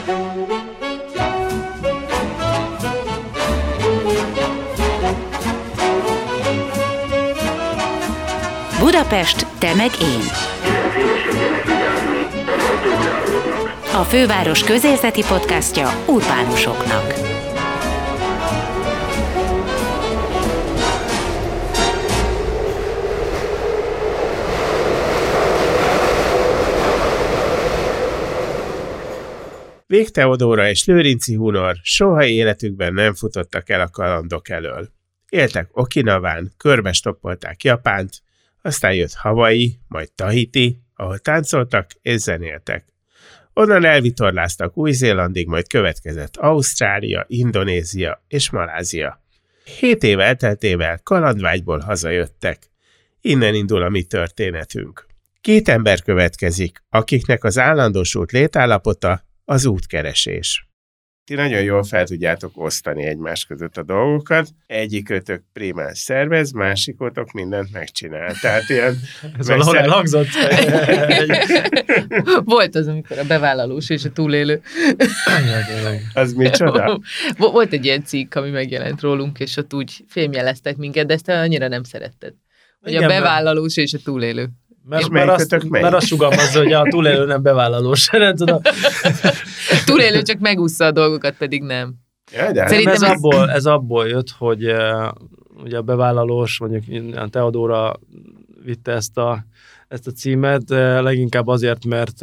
Budapest, te meg én. A főváros közérzeti podcastja urbánusoknak. Vég Teodóra és Lőrinci Hunor soha életükben nem futottak el a kalandok elől. Éltek Okinawán, körbestoppolták Japánt, aztán jött Hawaii, majd Tahiti, ahol táncoltak és zenéltek. Onnan elvitorláztak Új-Zélandig, majd következett Ausztrália, Indonézia és Malázia. 7 év elteltével kalandvágyból hazajöttek. Innen indul a mi történetünk. 2 ember következik, akiknek az állandósult létállapota az útkeresés. Ti nagyon jól fel tudjátok osztani egymás között a dolgokat. Egyikötök primán szervez, másikotok mindent megcsinál. Tehát ilyen... Ez valahol elhangzott. Volt az, amikor a bevállalós és a túlélő. Az micsoda? Volt egy ilyen cikk, ami megjelent rólunk, és ott úgy fémjeleztek minket, de ezt annyira nem szeretted. Hogy igen, a bevállalós és a túlélő. Mert azt sugalmazza, hogy a túlélő nem bevállalós. Nem tudom. Túlélő csak megúszza a dolgokat, pedig nem. Ja, szerintem ez abból jött, hogy ugye a bevállalós, mondjuk Teodóra vitte ezt a címet, leginkább azért, mert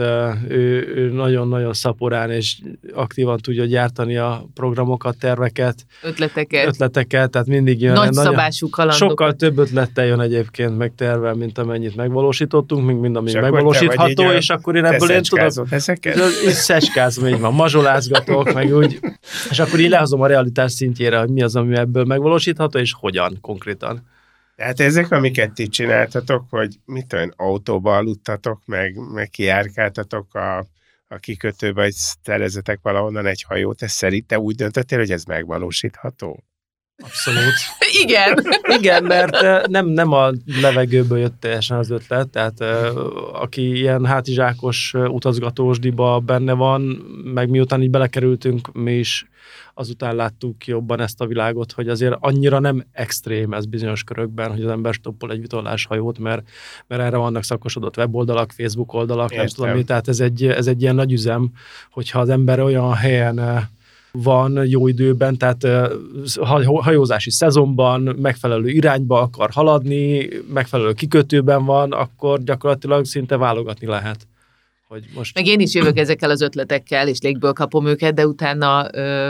ő nagyon-nagyon szaporán és aktívan tudja gyártani a programokat, terveket, ötleteket, tehát mindig jön. Nagyszabású kalandokat. Sokkal több ötlettel jön egyébként meg tervel, mint amennyit megvalósítottunk, mint ami megvalósítható, és akkor én ebből én tudok... És szecskázom, így van, mazsolázgatok, meg úgy, és akkor így lehozom a realitás szintjére, hogy mi az, ami ebből megvalósítható, és hogyan konkrétan. Tehát ezek, amiket ti csináltatok, hogy mit olyan autóba aludtatok, meg kijárkáltatok a kikötőbe, hogy szerezetek valahonnan egy hajót, ez szerint te úgy döntöttél, hogy ez megvalósítható? Abszolút. Igen. Igen, mert nem a levegőből jött teljesen az ötlet, tehát aki ilyen hátizsákos utazgatósdiba benne van, meg miután így belekerültünk, mi is azután láttuk jobban ezt a világot, hogy azért annyira nem extrém ez bizonyos körökben, hogy az ember stoppol egy vitorlás hajót, mert erre vannak szakosodott weboldalak, Facebook oldalak, nem tudom mi, tehát ez egy ilyen nagy üzem, hogyha az ember olyan helyen van jó időben, tehát hajózási szezonban megfelelő irányba akar haladni, megfelelő kikötőben van, akkor gyakorlatilag szinte válogatni lehet. Hogy most... Meg én is jövök ezekkel az ötletekkel, és légből kapom őket, de utána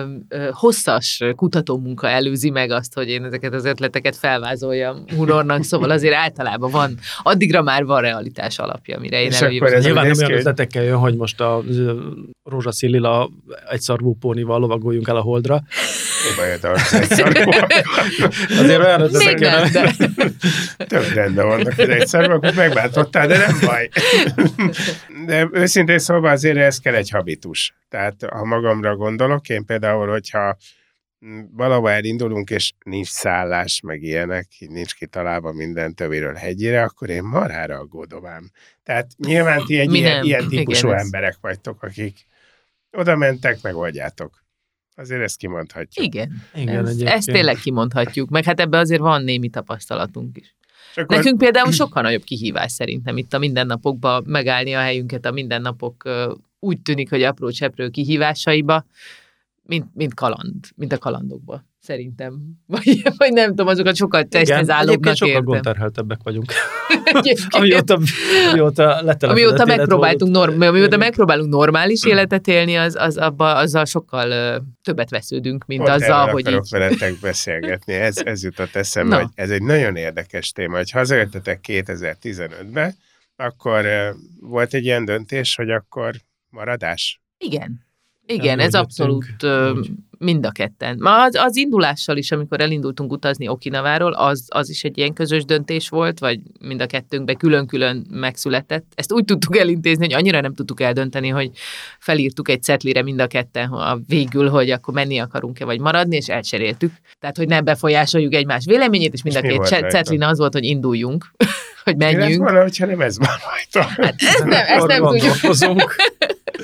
hosszas kutatómunka előzi meg azt, hogy én ezeket az ötleteket felvázoljam Hunornak, szóval azért általában van, addigra már van realitás alapja, mire én előjövök. Nyilván nem olyan ötletekkel jön, hogy most a rózsaszín lila egyszarvú pónival lovagoljunk el a Holdra. Azért olyan ötletekkel jön. Több rendben vannak, hogy egyszarvú, akkor megbántottál, de nem baj. De őszintén szóval azért ez kell egy habitus. Tehát ha magamra gondolok, én például, hogyha valahol elindulunk, és nincs szállás, meg ilyenek, nincs kitalálva minden tövéről hegyére, akkor én marhára aggódom ám. Tehát nyilván ti egy ilyen típusú emberek vagytok, akik oda mentek, megoldjátok. Azért ezt kimondhatjuk. Igen, ezt tényleg kimondhatjuk. Meg hát ebben azért van némi tapasztalatunk is. Nekünk például sokkal nagyobb kihívás szerintem itt a mindennapokban megállni a helyünket, a mindennapok úgy tűnik, hogy apró cseprő kihívásaiba, mint a kalandokba, szerintem. Vagy nem tudom, azokat sokkal testhez állóbbnak értem. Sokkal gondterheltebbek vagyunk. amióta megpróbálunk normális életet élni, azzal sokkal többet vesződünk, mint ott azzal, hogy akarok veletek beszélgetni. Ez jutott eszembe, hogy ez egy nagyon érdekes téma, hogy hazajöttetek 2015-be, akkor volt egy ilyen döntés, hogy akkor maradás? Igen, ez abszolút mind a ketten. Az indulással is, amikor elindultunk utazni Okinaváról, az is egy ilyen közös döntés volt, vagy mind a kettőnkbe külön-külön megszületett. Ezt úgy tudtuk elintézni, hogy annyira nem tudtuk eldönteni, hogy felírtuk egy cetlire mind a ketten végül, hogy akkor menni akarunk-e, vagy maradni, és elcseréltük. Tehát, hogy nem befolyásoljuk egymás véleményét, és mind a két cetlin az volt, hogy induljunk, hogy menjünk. Ez valahogy, ha nem ez van rajta. Hát ezt nem tudjuk.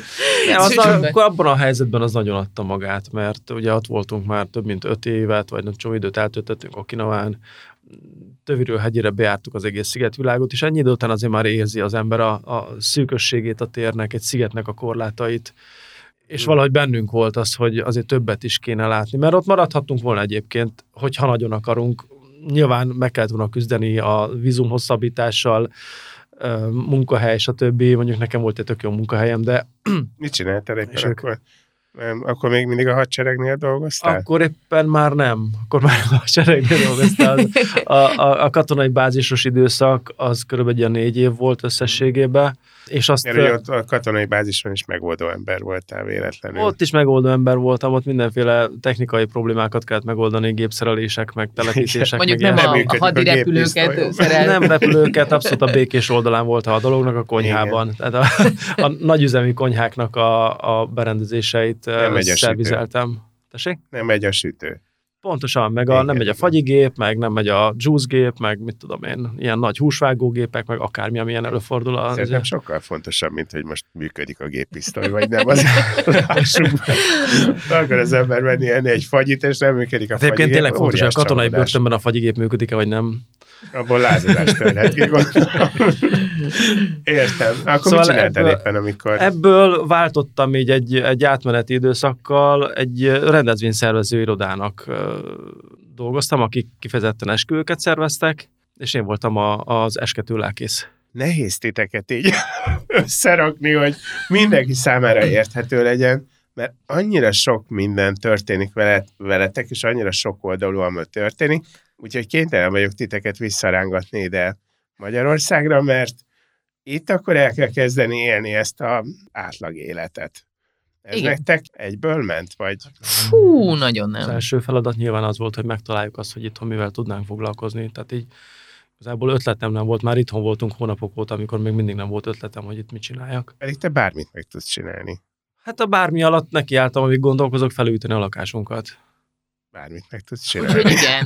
Akkor abban a helyzetben az nagyon adta magát, mert ugye ott voltunk már több mint 5 évet, vagy nem csomó időt eltöltöttünk Okinawán, Töviről hegyére bejártuk az egész szigetvilágot, és ennyi idő után azért már érzi az ember a szűkösségét a térnek, egy szigetnek a korlátait, és valahogy bennünk volt az, hogy azért többet is kéne látni, mert ott maradhattunk volna egyébként, hogyha nagyon akarunk. Nyilván meg kellett volna küzdeni a vízum hosszabbítással, munkahely, stb. Mondjuk nekem volt egy tök jó munkahelyem, de... Mit csináltál éppen akkor? Akkor még mindig a hadseregnél dolgoztál? Akkor éppen már nem. Akkor már a hadseregnél dolgoztál. A katonai bázisos időszak az körülbelül ilyen 4 év volt összességében. És azt... Ott a katonai bázison is megoldó ember voltál véletlenül. Ott is megoldó ember voltam, ott mindenféle technikai problémákat kellett megoldani, gépszerelések, meg telepítések. Mondjuk nem a hadi repülőket szerelni. Nem repülőket, abszolút a békés oldalán volt a dolognak a konyhában. Igen. Tehát a nagyüzemi konyháknak a berendezéseit szervizeltem. Tessék? Nem megy a sütő. Pontosan, meg nem megy a fagyigép, meg nem megy a juicegép, meg mit tudom én, ilyen nagy húsvágógépek, meg akármi, amilyen előfordul. Szerintem sokkal fontosabb, mint hogy most működik a géppisztoly, vagy nem. Az lássuk be. Akkor az ember menni enni egy fagyit, és nem működik a fagyigép. Egyébként tényleg fontos, hogy a katonai börtönben a fagyigép működik-e, vagy nem. Abból lázadást törhet ki, gondolom. Értem. Akkor szóval mit csináltál éppen, amikor... Ebből váltottam így egy átmeneti időszakkal, egy rendezvényszervező irodának dolgoztam, akik kifejezetten esküvőket szerveztek, és én voltam az eskető lelkész. Nehéz titeket így összerakni, hogy mindenki számára érthető legyen, mert annyira sok minden történik veletek, és annyira sok oldalúan történik, úgyhogy kénytelen vagyok titeket visszarángatni ide Magyarországra, mert itt akkor el kell kezdeni élni ezt az átlag életet. Ez nektek egyből ment, vagy? Fú, nagyon nem. Az első feladat nyilván az volt, hogy megtaláljuk azt, hogy itthon mivel tudnánk foglalkozni. Tehát így igazából ötletem nem volt, már itthon voltunk hónapok óta, amikor még mindig nem volt ötletem, hogy itt mit csináljak. Pedig te bármit meg tudsz csinálni. Hát a bármi alatt nekiálltam, amíg gondolkozok, felújítani a lakásunkat. Bármit meg tudsz csinálni. Úgyhogy igen,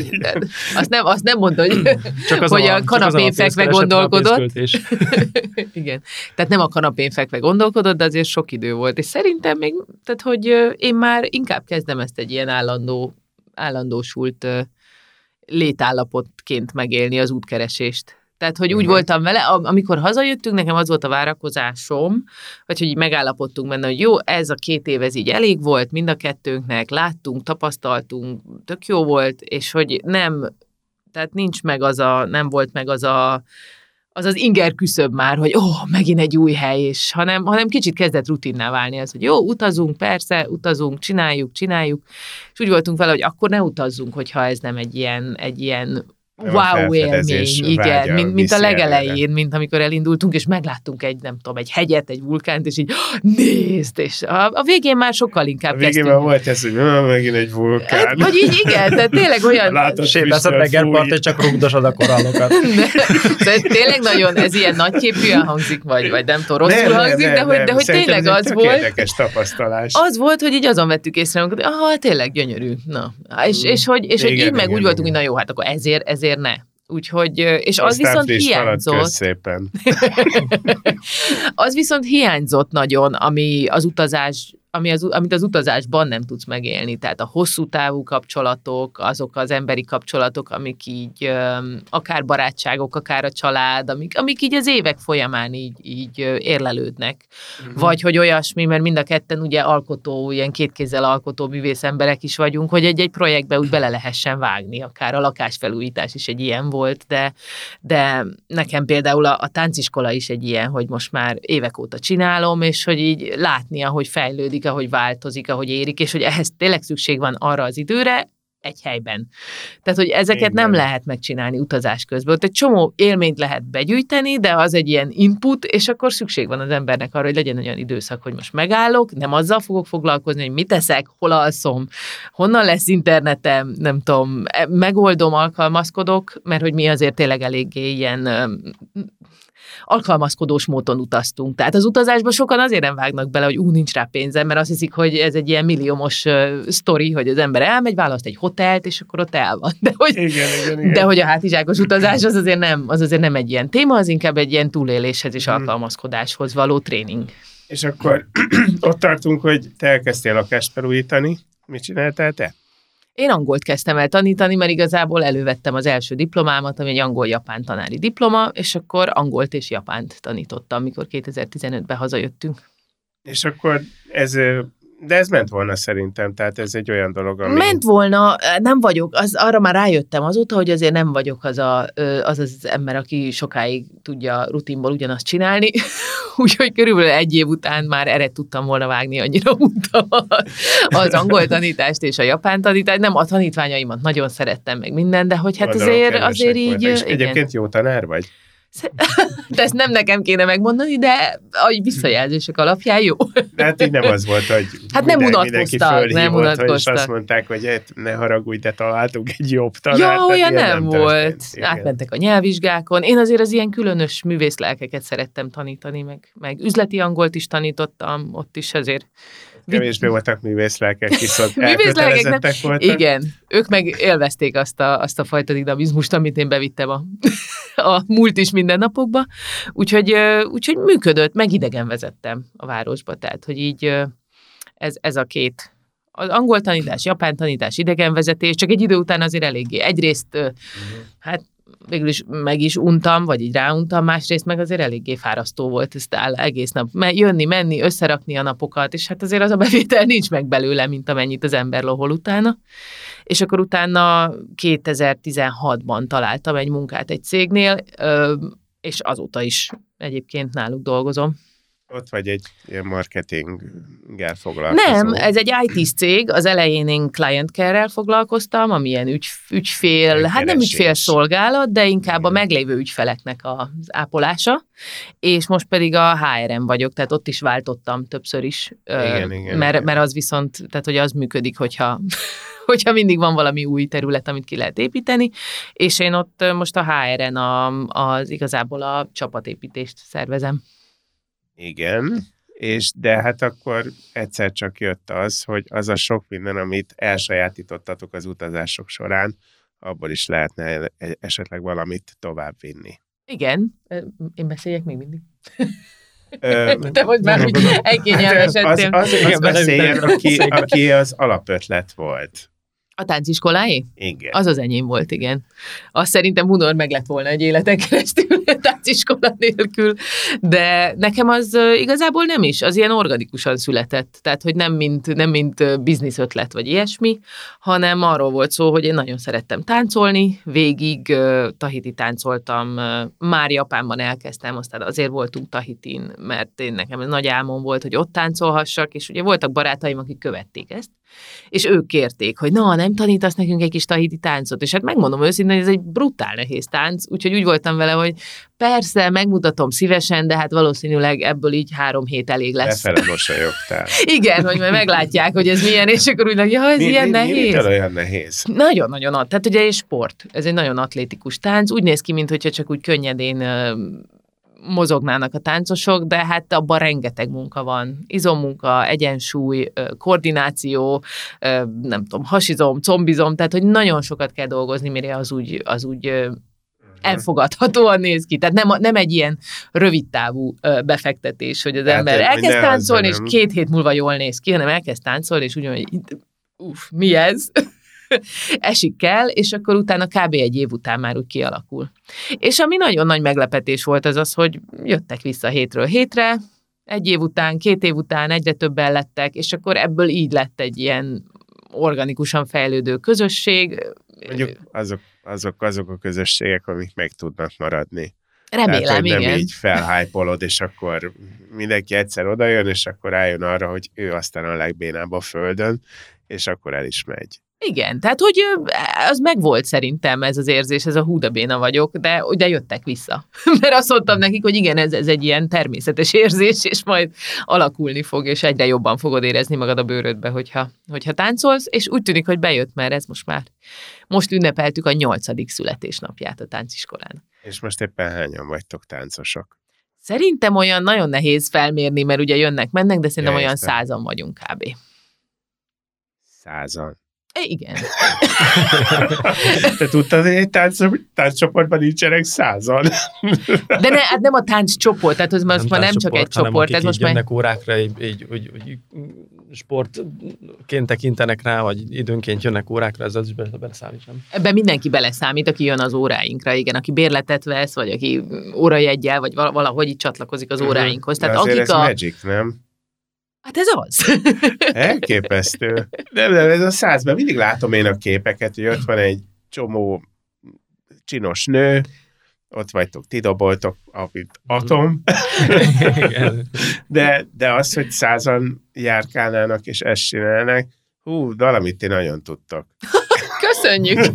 azt nem mondta, hogy a kanapén fekve gondolkodott. Igen. Tehát nem a kanapén fekve gondolkodott, de azért sok idő volt. És szerintem még, tehát hogy én már inkább kezdem ezt egy ilyen állandósult létállapotként megélni az útkeresést. Tehát, hogy úgy voltam vele, amikor hazajöttünk, nekem az volt a várakozásom, vagy hogy így megállapodtunk benne, hogy jó, ez a 2 év, ez így elég volt mind a kettőnknek, láttunk, tapasztaltunk, tök jó volt, és hogy tehát nem volt meg az inger küszöb már, hogy megint egy új hely, és hanem kicsit kezdett rutinná válni az, hogy jó, utazunk, persze, utazunk, csináljuk, és úgy voltunk vele, hogy akkor ne utazzunk, hogyha ez nem egy ilyen wow élmény, igen, mint a legelején, mint amikor elindultunk, és megláttunk egy hegyet, egy vulkánt, és így nézd, és a végén már sokkal inkább kezdtünk. A végén már volt ez, hogy megint egy vulkán. Vagy így igen, tehát tényleg olyan... Sépesz a tengerpart, és csak rugdosod a korallokat. Tényleg nagyon, ez ilyen nagyképűen hangzik, vagy nem tudom, rosszul hangzik, de hogy tényleg az volt. Érdekes tapasztalás. Az volt, hogy így azon vettük észre, hogy tényleg gyönyörű. Na. És hogy így meg úgy voltunk, hogy na jó, hát akkor ezért ne. Úgyhogy, és az viszont hiányzott. Szépen. Az viszont hiányzott nagyon, amit az utazásban nem tudsz megélni. Tehát a hosszú távú kapcsolatok, azok az emberi kapcsolatok, amik így akár barátságok, akár a család, amik így az évek folyamán így érlelődnek. Vagy hogy olyasmi, mert mind a ketten ugye ilyen 2 kézzel alkotó művész emberek is vagyunk, hogy egy projektbe úgy bele lehessen vágni. Akár a lakásfelújítás is egy ilyen volt, de nekem például a tánciskola is egy ilyen, hogy most már évek óta csinálom, és hogy így látni, ahogy fejlődik, ahogy változik, ahogy érik, és hogy ehhez tényleg szükség van arra az időre, egy helyben. Tehát, hogy ezeket nem lehet megcsinálni utazás közben. Ott egy csomó élményt lehet begyűjteni, de az egy ilyen input, és akkor szükség van az embernek arra, hogy legyen olyan időszak, hogy most megállok, nem azzal fogok foglalkozni, hogy mit eszek, hol alszom, honnan lesz internetem, nem tudom, megoldom, alkalmazkodok, mert hogy mi azért tényleg eléggé ilyen alkalmazkodós módon utaztunk. Tehát az utazásban sokan azért nem vágnak bele, hogy nincs rá pénzem, mert azt hiszik, hogy ez egy ilyen milliómos sztori, hogy az ember elmegy, választ egy hotelt, és akkor ott el van. Igen. De hogy a hátizsákos utazás az azért nem egy ilyen téma, az inkább egy ilyen túléléshez és alkalmazkodáshoz való tréning. És akkor ott tartunk, hogy te elkezdtél lakást felújítani. Mit csináltál te? Én angolt kezdtem el tanítani, mert igazából elővettem az első diplomámat, ami egy angol-japán tanári diploma, és akkor angolt és japánt tanítottam, amikor 2015-ben hazajöttünk. És akkor de ez ment volna szerintem, tehát ez egy olyan dolog, ami... Ment volna, nem vagyok, arra már rájöttem azóta, hogy azért nem vagyok az ember, aki sokáig tudja rutinból ugyanazt csinálni, úgyhogy körülbelül 1 év után már erre tudtam volna vágni, annyira untam az angol tanítást és a japán tanítást. Nem, a tanítványaimat nagyon szerettem meg minden, de hogy hát azért így... És egyébként jó tanár vagy? De ezt nem nekem kéne megmondani, de a visszajelzések alapján jó. De hát így nem az volt, hogy hát nem unatkoztak, és azt mondták, hogy ne haragudj, de találtunk egy jobb tanárt. Ja, olyan nem volt. Átmentek a nyelvvizsgákon. Én azért az ilyen különös művészlelkeket szerettem tanítani, meg üzleti angolt is tanítottam, ott is azért. Kevésbé voltak művészlelkek, viszont elkötelezettek voltak. Igen, ők meg élvezték azt a fajta dinamizmust, amit én bevittem a múlt is mindennapokba. Úgyhogy működött, meg idegen vezettem a városba, tehát hogy így ez a két, az angol tanítás, japán tanítás, idegenvezetés, csak egy idő után azért eléggé. Egyrészt hát végül is meg is untam, vagy így ráuntam, másrészt meg azért eléggé fárasztó volt ezt egész nap jönni, menni, összerakni a napokat, és hát azért az a bevétel nincs meg belőle, mint amennyit az ember lohol utána. És akkor utána 2016-ban találtam egy munkát egy cégnél, és azóta is egyébként náluk dolgozom. Ott vagy egy ilyen marketinggel foglalkozó. Nem, ez egy IT cég, az elején én client care-rel foglalkoztam, ami ilyen ügyfél, hát nem ügyfélszolgálat, de inkább a meglévő ügyfeleknek az ápolása, és most pedig a HRM vagyok, tehát ott is váltottam többször is, igen, mert az viszont, tehát hogy az működik, hogyha mindig van valami új terület, amit ki lehet építeni, és én ott most a HRN az igazából a csapatépítést szervezem. Igen, de hát akkor egyszer csak jött az, hogy az a sok minden, amit elsajátítottatok az utazások során, abból is lehetne esetleg valamit tovább vinni. Igen, én beszéljek még mindig. Te most már úgy elkényelmesedtél. Az beszéljen, aki az alapötlet volt. A tánciskoláé? Igen. Az az enyém volt, igen. Azt szerintem Hunor meg lett volna egy életen keresztül tánciskola nélkül, de nekem az igazából nem is, az ilyen organikusan született, tehát hogy nem mint biznisz ötlet vagy ilyesmi, hanem arról volt szó, hogy én nagyon szerettem táncolni, végig tahiti táncoltam, már Japánban elkezdtem, aztán azért voltunk Tahitin, mert én nekem ez nagy álmom volt, hogy ott táncolhassak, és ugye voltak barátaim, akik követték ezt, és ők kérték, hogy nem tanítasz nekünk egy kis tahiti táncot, és hát megmondom őszintén, hogy ez egy brutál nehéz tánc, úgyhogy úgy voltam vele, hogy persze, megmutatom szívesen, de hát valószínűleg ebből így 3 hét elég lesz. Befele mosolyogtál. Igen, hogy majd meglátják, hogy ez milyen, és akkor úgy, ez ilyen nehéz. Mi olyan nehéz? Nagyon-nagyon, tehát ugye egy sport, ez egy nagyon atlétikus tánc, úgy néz ki, mintha csak úgy könnyedén mozognának a táncosok, de hát abban rengeteg munka van. Izommunka, egyensúly, koordináció, nem tudom, hasizom, combizom, tehát hogy nagyon sokat kell dolgozni, mire az úgy elfogadhatóan néz ki. Tehát nem egy ilyen rövidtávú befektetés, hogy az ember elkezd táncolni, és 2 hét múlva jól néz ki, hanem elkezd táncolni, és úgy mondja, hogy mi ez? Esik kell, és akkor utána kb. 1 év után már úgy kialakul. És ami nagyon nagy meglepetés volt az, hogy jöttek vissza hétről hétre, 1 év után, 2 év után egyre többen lettek, és akkor ebből így lett egy ilyen organikusan fejlődő közösség. Mondjuk azok a közösségek, amik meg tudnak maradni. Remélem, tehát, hogy igen. Nem így felhájpolod, és akkor mindenki egyszer odajön, és akkor rájön arra, hogy ő aztán a legbénább a földön, és akkor el is megy. Igen, tehát hogy az megvolt szerintem ez az érzés, ez a hú de béna vagyok, de jöttek vissza. Mert azt mondtam nekik, hogy igen, ez egy ilyen természetes érzés, és majd alakulni fog, és egyre jobban fogod érezni magad a bőrödbe, hogyha táncolsz, és úgy tűnik, hogy bejött, mert ez most ünnepeltük a 8. születésnapját a tánciskolának. És most éppen hányan vagytok táncosok? Szerintem olyan nagyon nehéz felmérni, mert ugye jönnek-mennek, de szerintem olyan 100-an vagyunk kb. 100-an. Igen. Te tudtad, hogy egy tánccsoportban nincsenek 100-an? De hát nem a tánccsoport, tehát az most már nem csak egy csoport. Hanem most jönnek órákra, így sportként tekintenek rá, vagy időnként jönnek órákra, ez az is beleszámít, nem? Ebben mindenki beleszámít, aki jön az óráinkra, igen, aki bérletet vesz, vagy aki órajeggyel, vagy valahogy így csatlakozik az óráinkhoz. Tehát azért ez magic, nem? Hát ez az. Elképesztő. Nem, ez a 100-ben mindig látom én a képeket, hogy ott van egy csomó csinos nő, ott vagytok, ti doboltok, amit atom. de az, hogy 100-an járkálnának és ezt csinálnak, valamit ti nagyon tudtok. Köszönjük!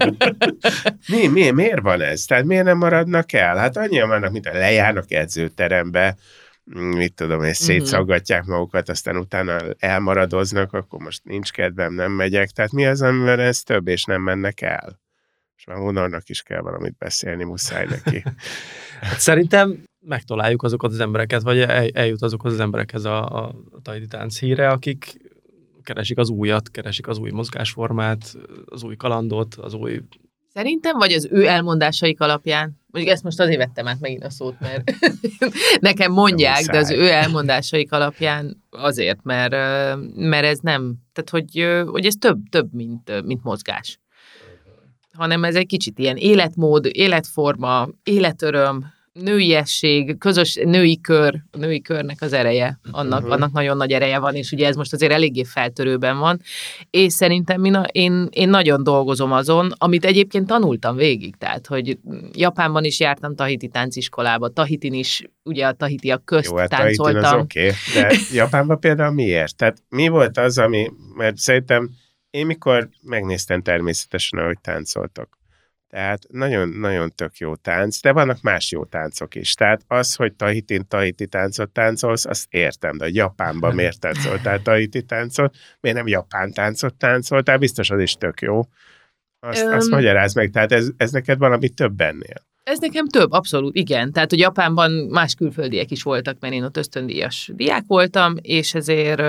Miért van ez? Tehát miért nem maradnak el? Hát annyian vannak, mint lejárnak edzőterembe, mit tudom, és szétszaggatják magukat, aztán utána elmaradoznak, akkor most nincs kedvem, nem megyek. Tehát mi az, amivel ez több, és nem mennek el? És már Hunornak is kell valamit beszélni, muszáj neki. Hát szerintem megtaláljuk azokat az embereket, vagy eljut azokhoz az emberekhez a tahiti tánc híre, akik keresik az újat, keresik az új mozgásformát, az új kalandot, az új... Szerintem, vagy az ő elmondásaik alapján, mondjuk ezt most azért vettem át megint a szót, mert nekem mondják, de az ő elmondásaik alapján azért, mert ez nem, tehát hogy ez több mint mozgás. Hanem ez egy kicsit ilyen életmód, életforma, életöröm, nőiesség, közös női körnek az ereje, annak nagyon nagy ereje van, és ugye ez most azért eléggé feltörőben van, és szerintem én nagyon dolgozom azon, amit egyébként tanultam végig, tehát, hogy Japánban is jártam tahiti tánciskolába, Tahitin is, ugye a tahitiak közt táncoltam. Az oké, de Japánban például miért? Tehát mi volt az, mert szerintem én mikor megnéztem természetesen, ahogy táncoltok. Tehát nagyon tök jó tánc, de vannak más jó táncok is. Tehát az, hogy Tahitin tahiti táncot táncolsz, azt értem, de Japánban miért táncoltál tahiti táncot, miért nem japán táncot táncoltál, biztos az is tök jó. Azt magyarázd meg, tehát ez neked valami több ennél. Ez nekem több, abszolút, igen. Tehát, hogy Japánban más külföldiek is voltak, mert én ott ösztöndíjas diák voltam, és ezért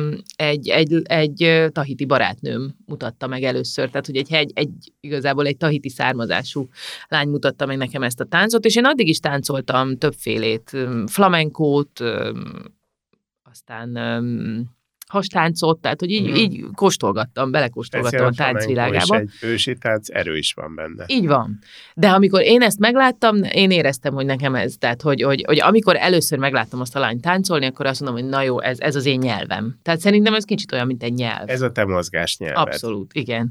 egy tahiti barátnőm mutatta meg először. Tehát, hogy igazából egy tahiti származású lány mutatta meg nekem ezt a táncot, és én addig is táncoltam többfélét, flamenkót, aztán hastáncot, tehát, hogy így belekóstolgattam a táncvilágába. És egy ősi tánc erő is van benne. Így van. De amikor én ezt megláttam, én éreztem, hogy nekem ez, tehát, hogy amikor először megláttam azt a lányt táncolni, akkor azt mondom, hogy na jó, ez az én nyelvem. Tehát szerintem ez kicsit olyan, mint egy nyelv. Ez a te mozgás nyelved. Abszolút, igen.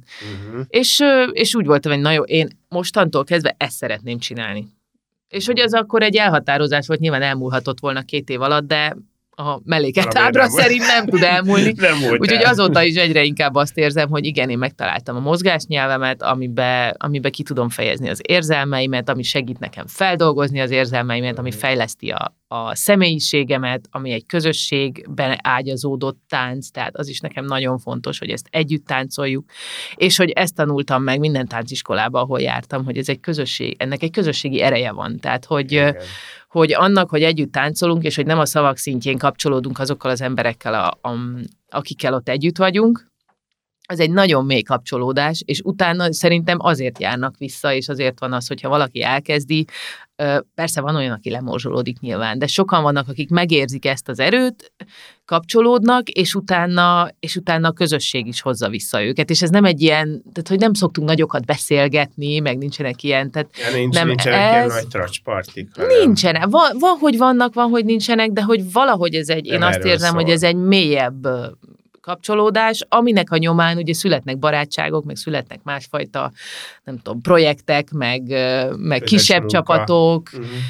És úgy voltam, hogy na jó, én mostantól kezdve ezt szeretném csinálni. És hogy az akkor egy elhatározás volt, nyilván elmúlhatott volna 2 év alatt, de a melléket ábra szerint nem tud elmúlni. Úgyhogy azóta is egyre inkább azt érzem, hogy igen, én megtaláltam a mozgásnyelvemet, amibe ki tudom fejezni az érzelmeimet, ami segít nekem feldolgozni az érzelmeimet, ami fejleszti a személyiségemet, ami egy közösségben ágyazódott tánc, tehát az is nekem nagyon fontos, hogy ezt együtt táncoljuk, és hogy ezt tanultam meg minden tánciskolában, ahol jártam, hogy ez egy közösség, ennek egy közösségi ereje van, tehát hogy annak, hogy együtt táncolunk, és hogy nem a szavak szintjén kapcsolódunk azokkal az emberekkel, akikkel ott együtt vagyunk, az egy nagyon mély kapcsolódás, és utána szerintem azért járnak vissza, és azért van az, hogyha valaki elkezdi, persze van olyan, aki lemorzsolódik nyilván, de sokan vannak, akik megérzik ezt az erőt, kapcsolódnak, és utána a közösség is hozza vissza őket, és ez nem egy ilyen, tehát hogy nem szoktunk nagyokat beszélgetni, meg nincsenek ilyen, tehát nincsenek ilyen nagy tracspartik. Nincsenek, van, hogy vannak, van, hogy nincsenek, de hogy valahogy ez én azt érzem, hogy ez egy mélyebb kapcsolódás, aminek a nyomán ugye születnek barátságok, meg születnek másfajta, nem tudom, projektek, meg kisebb munka. Csapatok,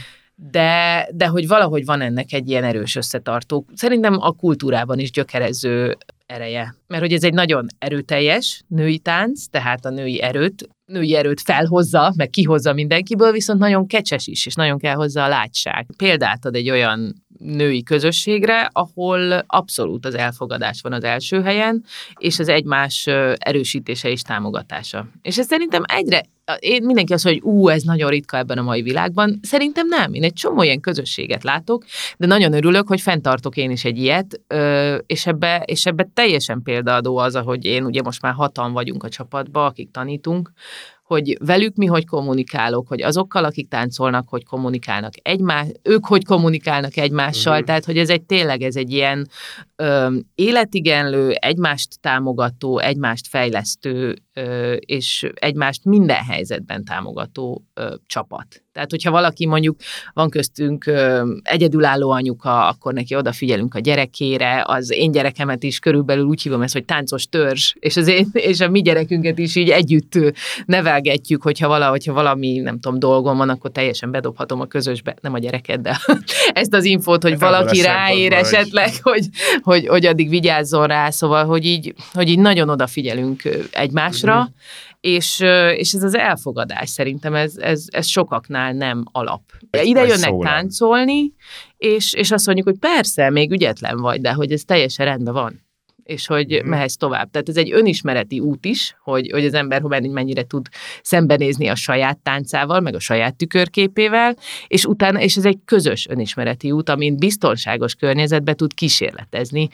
de hogy valahogy van ennek egy ilyen erős összetartó. Szerintem a kultúrában is gyökerező ereje. Mert hogy ez egy nagyon erőteljes női tánc, tehát a női erőt felhozza, meg kihozza mindenkiből, viszont nagyon kecses is, és nagyon kell hozzá a látság. Példát ad egy olyan női közösségre, ahol abszolút az elfogadás van az első helyen, és az egymás erősítése és támogatása. És ez szerintem egyre mindenki azt mondja, hogy ez nagyon ritka ebben a mai világban. Szerintem nem. Én egy csomó ilyen közösséget látok, de nagyon örülök, hogy fenntartok én is egy ilyet, és ebbe teljesen példaadó az, ahogy én, ugye most már 6-an vagyunk a csapatban, akik tanítunk, hogy velük mi hogy kommunikálok, hogy azokkal, akik táncolnak, hogy kommunikálnak ők hogy kommunikálnak egymással, tehát hogy tényleg ez egy ilyen életigenlő, egymást támogató, egymást fejlesztő, és egymást minden helyzetben támogató csapat. Tehát, hogyha valaki mondjuk van köztünk egyedülálló anyuka, akkor neki odafigyelünk a gyerekére, az én gyerekemet is körülbelül úgy hívom ezt, hogy táncos törzs, és a mi gyerekünket is így együtt nevelgetjük, hogyha valami, nem tudom, dolgom van, akkor teljesen bedobhatom a közösbe, nem a gyereket, de ezt az infót, hogy valaki ráér esetleg, hogy addig vigyázzon rá, szóval, hogy így nagyon odafigyelünk egymásra, és ez az elfogadás szerintem, ez sokaknál nem alap. Ide jönnek táncolni, és azt mondjuk, hogy persze, még ügyetlen vagy, de hogy ez teljesen rendben van, és hogy mehetsz tovább. Tehát ez egy önismereti út is, hogy az ember mennyire tud szembenézni a saját táncával, meg a saját tükörképével, és ez egy közös önismereti út, amin biztonságos környezetbe tud kísérletezni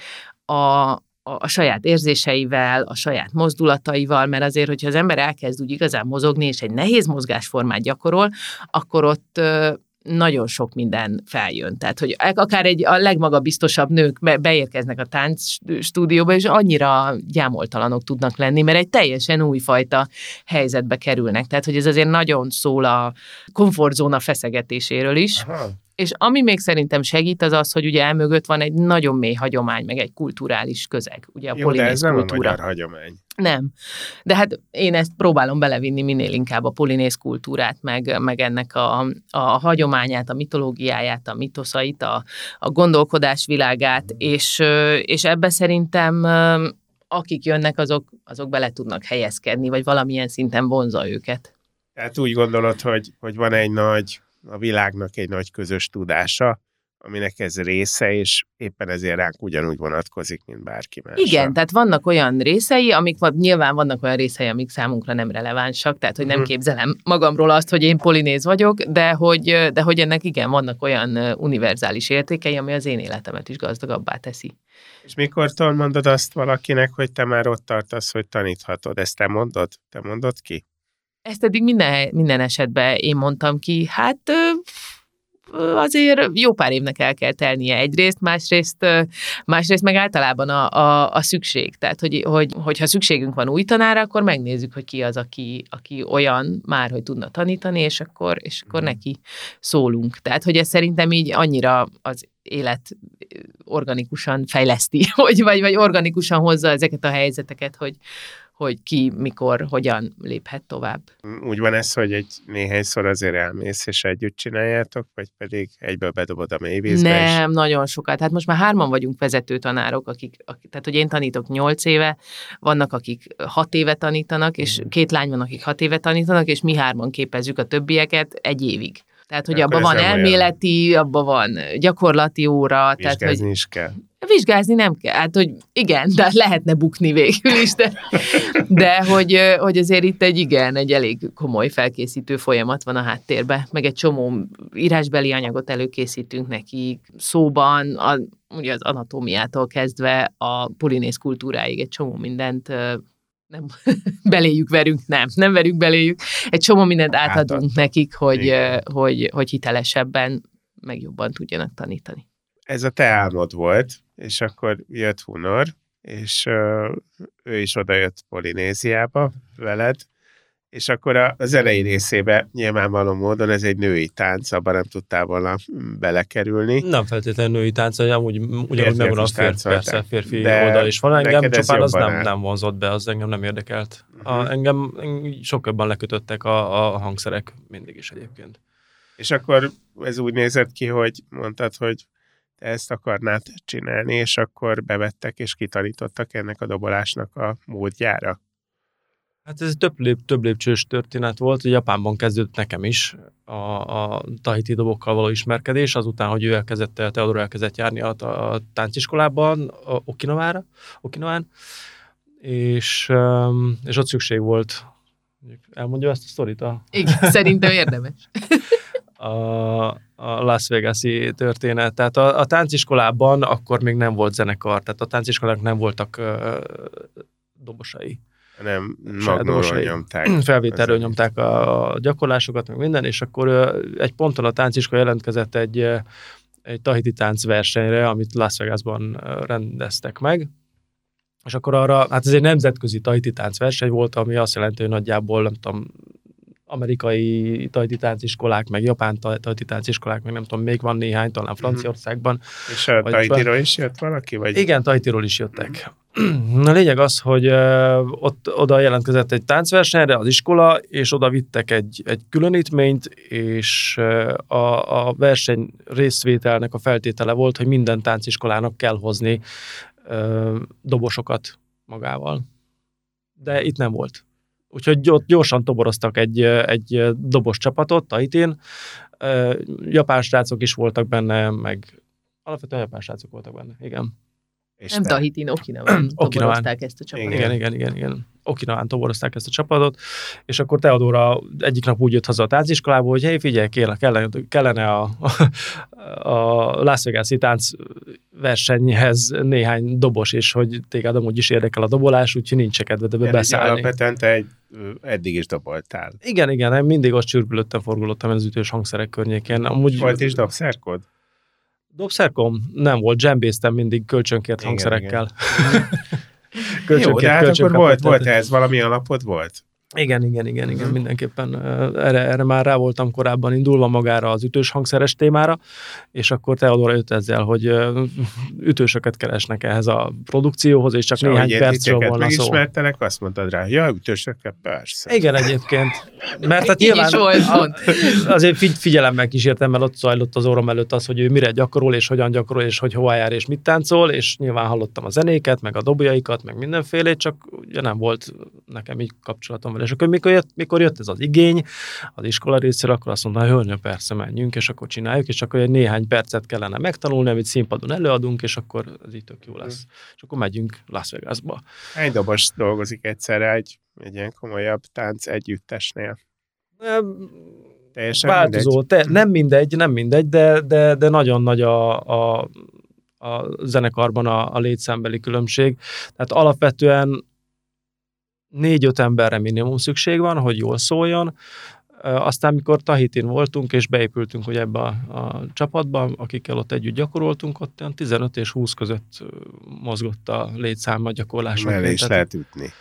a saját érzéseivel, a saját mozdulataival, mert azért, hogyha az ember elkezd úgy igazán mozogni, és egy nehéz mozgásformát gyakorol, akkor ott nagyon sok minden feljön. Tehát, hogy akár a legmagabiztosabb nők beérkeznek a táncstúdióba, és annyira gyámoltalanok tudnak lenni, mert egy teljesen újfajta helyzetbe kerülnek. Tehát, hogy ez azért nagyon szól a komfortzóna feszegetéséről is. Aha. És ami még szerintem segít, az az, hogy ugye elmögött van egy nagyon mély hagyomány, meg egy kulturális közeg. Ugye a polinéz kultúra. De ez nem a magyar hagyomány. Nem. De hát én ezt próbálom belevinni minél inkább a polinéz kultúrát, meg ennek a hagyományát, a mitológiáját, a mitoszait, a gondolkodás világát, és ebbe szerintem akik jönnek, azok bele tudnak helyezkedni, vagy valamilyen szinten vonzza őket. Tehát úgy gondolod, hogy van a világnak egy nagy közös tudása, aminek ez része, és éppen ezért ránk ugyanúgy vonatkozik, mint bárki másra. Igen, tehát vannak olyan részei, nyilván vannak olyan részei, amik számunkra nem relevánsak, tehát hogy nem képzelem magamról azt, hogy én polinéz vagyok, de hogy ennek igen, vannak olyan univerzális értékei, ami az én életemet is gazdagabbá teszi. És mikortól mondod azt valakinek, hogy te már ott tartasz, hogy taníthatod? Ezt te mondod? Te mondod ki? Ezt eddig minden esetben én mondtam ki, hát azért jó pár évnek el kell telnie egyrészt, másrészt meg általában a szükség. Tehát, hogyha szükségünk van új tanára, akkor megnézzük, hogy ki az, aki olyan már, hogy tudna tanítani, és akkor neki szólunk. Tehát, hogy ez szerintem így annyira az élet organikusan fejleszti, vagy organikusan hozza ezeket a helyzeteket, hogy ki, mikor, hogyan léphet tovább. Úgy van ez, hogy egy néhányszor azért elmész, és együtt csináljátok, vagy pedig egyből bedobod a mélyvízbe? Nem, nagyon sokat. Hát most már 3-an vagyunk vezető tanárok, tehát hogy én tanítok 8 éve, vannak, akik 6 éve tanítanak, és 2 lány van, akik 6 éve tanítanak, és mi 3-an képezzük a többieket 1 évig. Tehát, hogy abban van elméleti, abban van gyakorlati óra. Vizsgázni is kell. Vizsgázni nem kell. Hát, hogy igen, de lehetne bukni végül is, de hogy azért itt egy elég komoly felkészítő folyamat van a háttérben, meg egy csomó írásbeli anyagot előkészítünk nekik, szóban, ugye az anatómiától kezdve a polinéz kultúráig egy csomó mindent nem beléjük verünk, nem verünk beléjük. Egy csomó mindent átadunk nekik, hogy hitelesebben, meg jobban tudjanak tanítani. Ez a te álmod volt, és akkor jött Hunor, és ő is odajött Polinéziába veled, és akkor az elejé részében nyilvánvaló módon ez egy női tánc, abban nem tudtál volna belekerülni. Nem feltétlenül női tánc, ugyanúgy megvan a férfi oldal is van. Engem csupán az nem vonzott be, az engem nem érdekelt. Engem sokkal jobban lekötöttek a hangszerek mindig is egyébként. És akkor ez úgy nézett ki, hogy mondtad, hogy te ezt akarnád csinálni, és akkor bevettek és kitanítottak ennek a dobolásnak a módjára. Hát ez több lépcsős történet volt, hogy Japánban kezdődött nekem is a tahiti dobokkal való ismerkedés, azután, hogy Teodor elkezdett járni a tánciskolában, Okinawán, és ott szükség volt Elmondja ezt a sztorit? Igen, szerintem érdemes. A Las Vegas-i történet. Tehát a tánciskolában akkor még nem volt zenekar, tehát a tánciskolának nem voltak dobosai. Nem, magnóról nyomták. Felvételről nyomták a gyakorlásokat, meg minden, és akkor egy ponton a tánciskola jelentkezett egy tahiti táncversenyre, amit Las Vegasban rendeztek meg, és akkor arra, hát ez egy nemzetközi tahiti táncverseny volt, ami azt jelenti, hogy nagyjából, nem tudom, amerikai tahiti tánciskolák, meg japán tahiti tánciskolák, meg nem tudom, még van néhány, talán Franciaországban. És a Tahitiról is jött valaki? Vagy? Igen, Tahitiról is jöttek. A lényeg az, hogy oda jelentkezett egy táncversenyre az iskola, és oda vittek egy különítményt, és a verseny részvételnek a feltétele volt, hogy minden tánciskolának kell hozni dobosokat magával. De itt nem volt. Úgyhogy ott gyorsan toboroztak egy dobos csapatot Tahitin. Japán srácok is voltak benne, meg alapvetően japán srácok voltak benne, igen. És nem Tahitin, Okinawán toborozták ezt a csapatot. Igen. Okinawán toborozták ezt a csapatot, és akkor Teodóra egyik nap úgy jött haza a tánciskolából, hogy hey, figyelj, kellene a Las Vegas-i táncversenyhez néhány dobos, és hogy téged amúgy is érdekel a dobolás, úgyhogy nincs kedved ebbe beszállni. Alapvetően te eddig is doboltál. Igen, mindig ott csürgülöttem, forgulottam az ütős hangszerek környékén. Amúgy volt is dobszerkod? Dobszerkom? Nem volt, dzsembéztem mindig kölcsönkért hangszerekkel. Jó, de hát akkor volt ez valami alapod volt? Igen, mindenképpen. Erre már rá voltam korábban indulva magára az ütős hangszeres témára, és akkor Teodóra jött ezzel, hogy ütősöket keresnek ehhez a produkcióhoz, és csak néhány percről volna szó. Megismertelek, azt mondtad rá, ja, ütősöket, persze. Igen, egyébként. Mert hát nyilván azért figyelemmel kísértem, mert ott zajlott az orrom előtt az, hogy ő mire gyakorol, és hogyan gyakorol, és hogy hová jár, és mit táncol, és nyilván hallottam a zenéket, meg a dobjaikat, meg mindenfélét, csak ugye nem volt nekem így kapcsolatom. És akkor mikor jött ez az igény az iskola részéről, akkor azt mondta, hogy persze, menjünk, és akkor csináljuk, és akkor egy néhány percet kellene megtanulni, amit színpadon előadunk, és akkor ez így tök jó lesz. És akkor megyünk Las Vegasba. Hány dobos dolgozik egyszerre egy ilyen komolyabb tánc együttesnél? Teljesen változó. Nem mindegy, de nagyon nagy a zenekarban a létszámbeli különbség. Tehát alapvetően 4-5 emberre minimum szükség van, hogy jól szóljon. Aztán, mikor Tahitin voltunk, és beépültünk ugye ebbe a csapatba, akikkel ott együtt gyakoroltunk, ott olyan 15 és 20 között mozgott a létszám a gyakorlásunk. Mellé is lehet ütni.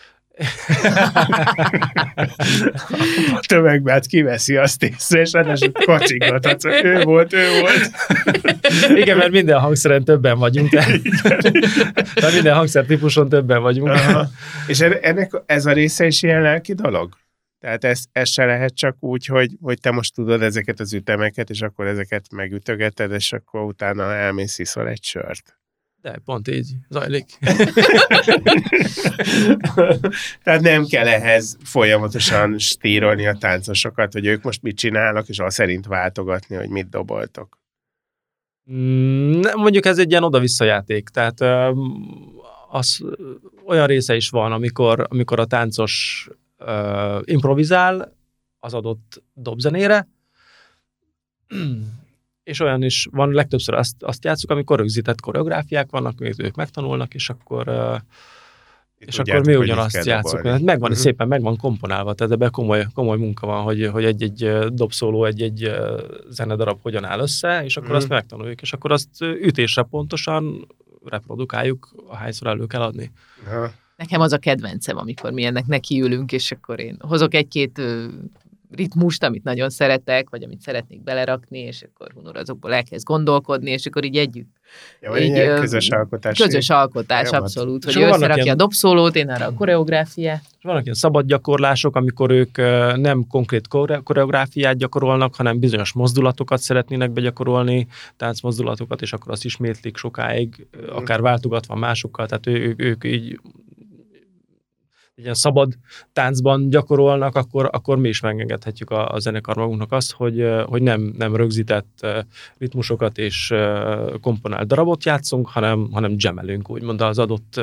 A tömegben hát kiveszi azt észre, és ráadásul kacsingathatsz, hogy ő volt. Igen, mert minden hangszeren többen vagyunk. Tehát minden hangszertípuson többen vagyunk. Aha. És ennek ez a része is ilyen lelki dolog? Tehát ez se lehet csak úgy, hogy te most tudod ezeket az ütemeket, és akkor ezeket megütögeted, és akkor utána elmész, iszol egy sört. De pont így zajlik. Tehát nem kell ehhez folyamatosan stírolni a táncosokat, hogy ők most mit csinálnak, és azt szerint váltogatni, hogy mit doboltok. Mondjuk ez egy ilyen oda-vissza játék. Tehát olyan része is van, amikor a táncos improvizál az adott dobzenére, és olyan is van, legtöbbször azt játszuk, amikor rögzített koreográfiák vannak, amit ők megtanulnak, és akkor mi ugyanazt játszunk. Hát szépen meg van komponálva, tehát ebben komoly munka van, hogy egy dobszóló, egy zenedarab hogyan áll össze, és akkor azt megtanuljuk, és akkor azt ütésre pontosan reprodukáljuk, ahányszor elő kell adni. Aha. Nekem az a kedvencem, amikor mi ennek nekiülünk, és akkor én hozok egy-két ritmust, amit nagyon szeretek, vagy amit szeretnék belerakni, és akkor Hunor azokból elkezd gondolkodni, és akkor így együtt. Ja, így közös alkotás. Közös alkotás, abszolút. Hogy ő összerakja a dobszólót, én arra a koreográfiát. Vannak ilyen szabad gyakorlások, amikor ők nem konkrét koreográfiát gyakorolnak, hanem bizonyos mozdulatokat szeretnének begyakorolni, táncmozdulatokat, és akkor azt ismétlik sokáig, akár váltogatva másokkal, tehát ők így ilyen szabad táncban gyakorolnak, akkor mi is megengedhetjük a zenekar magunknak azt, hogy nem rögzített ritmusokat és komponált darabot játszunk, hanem jamelünk, úgymond az adott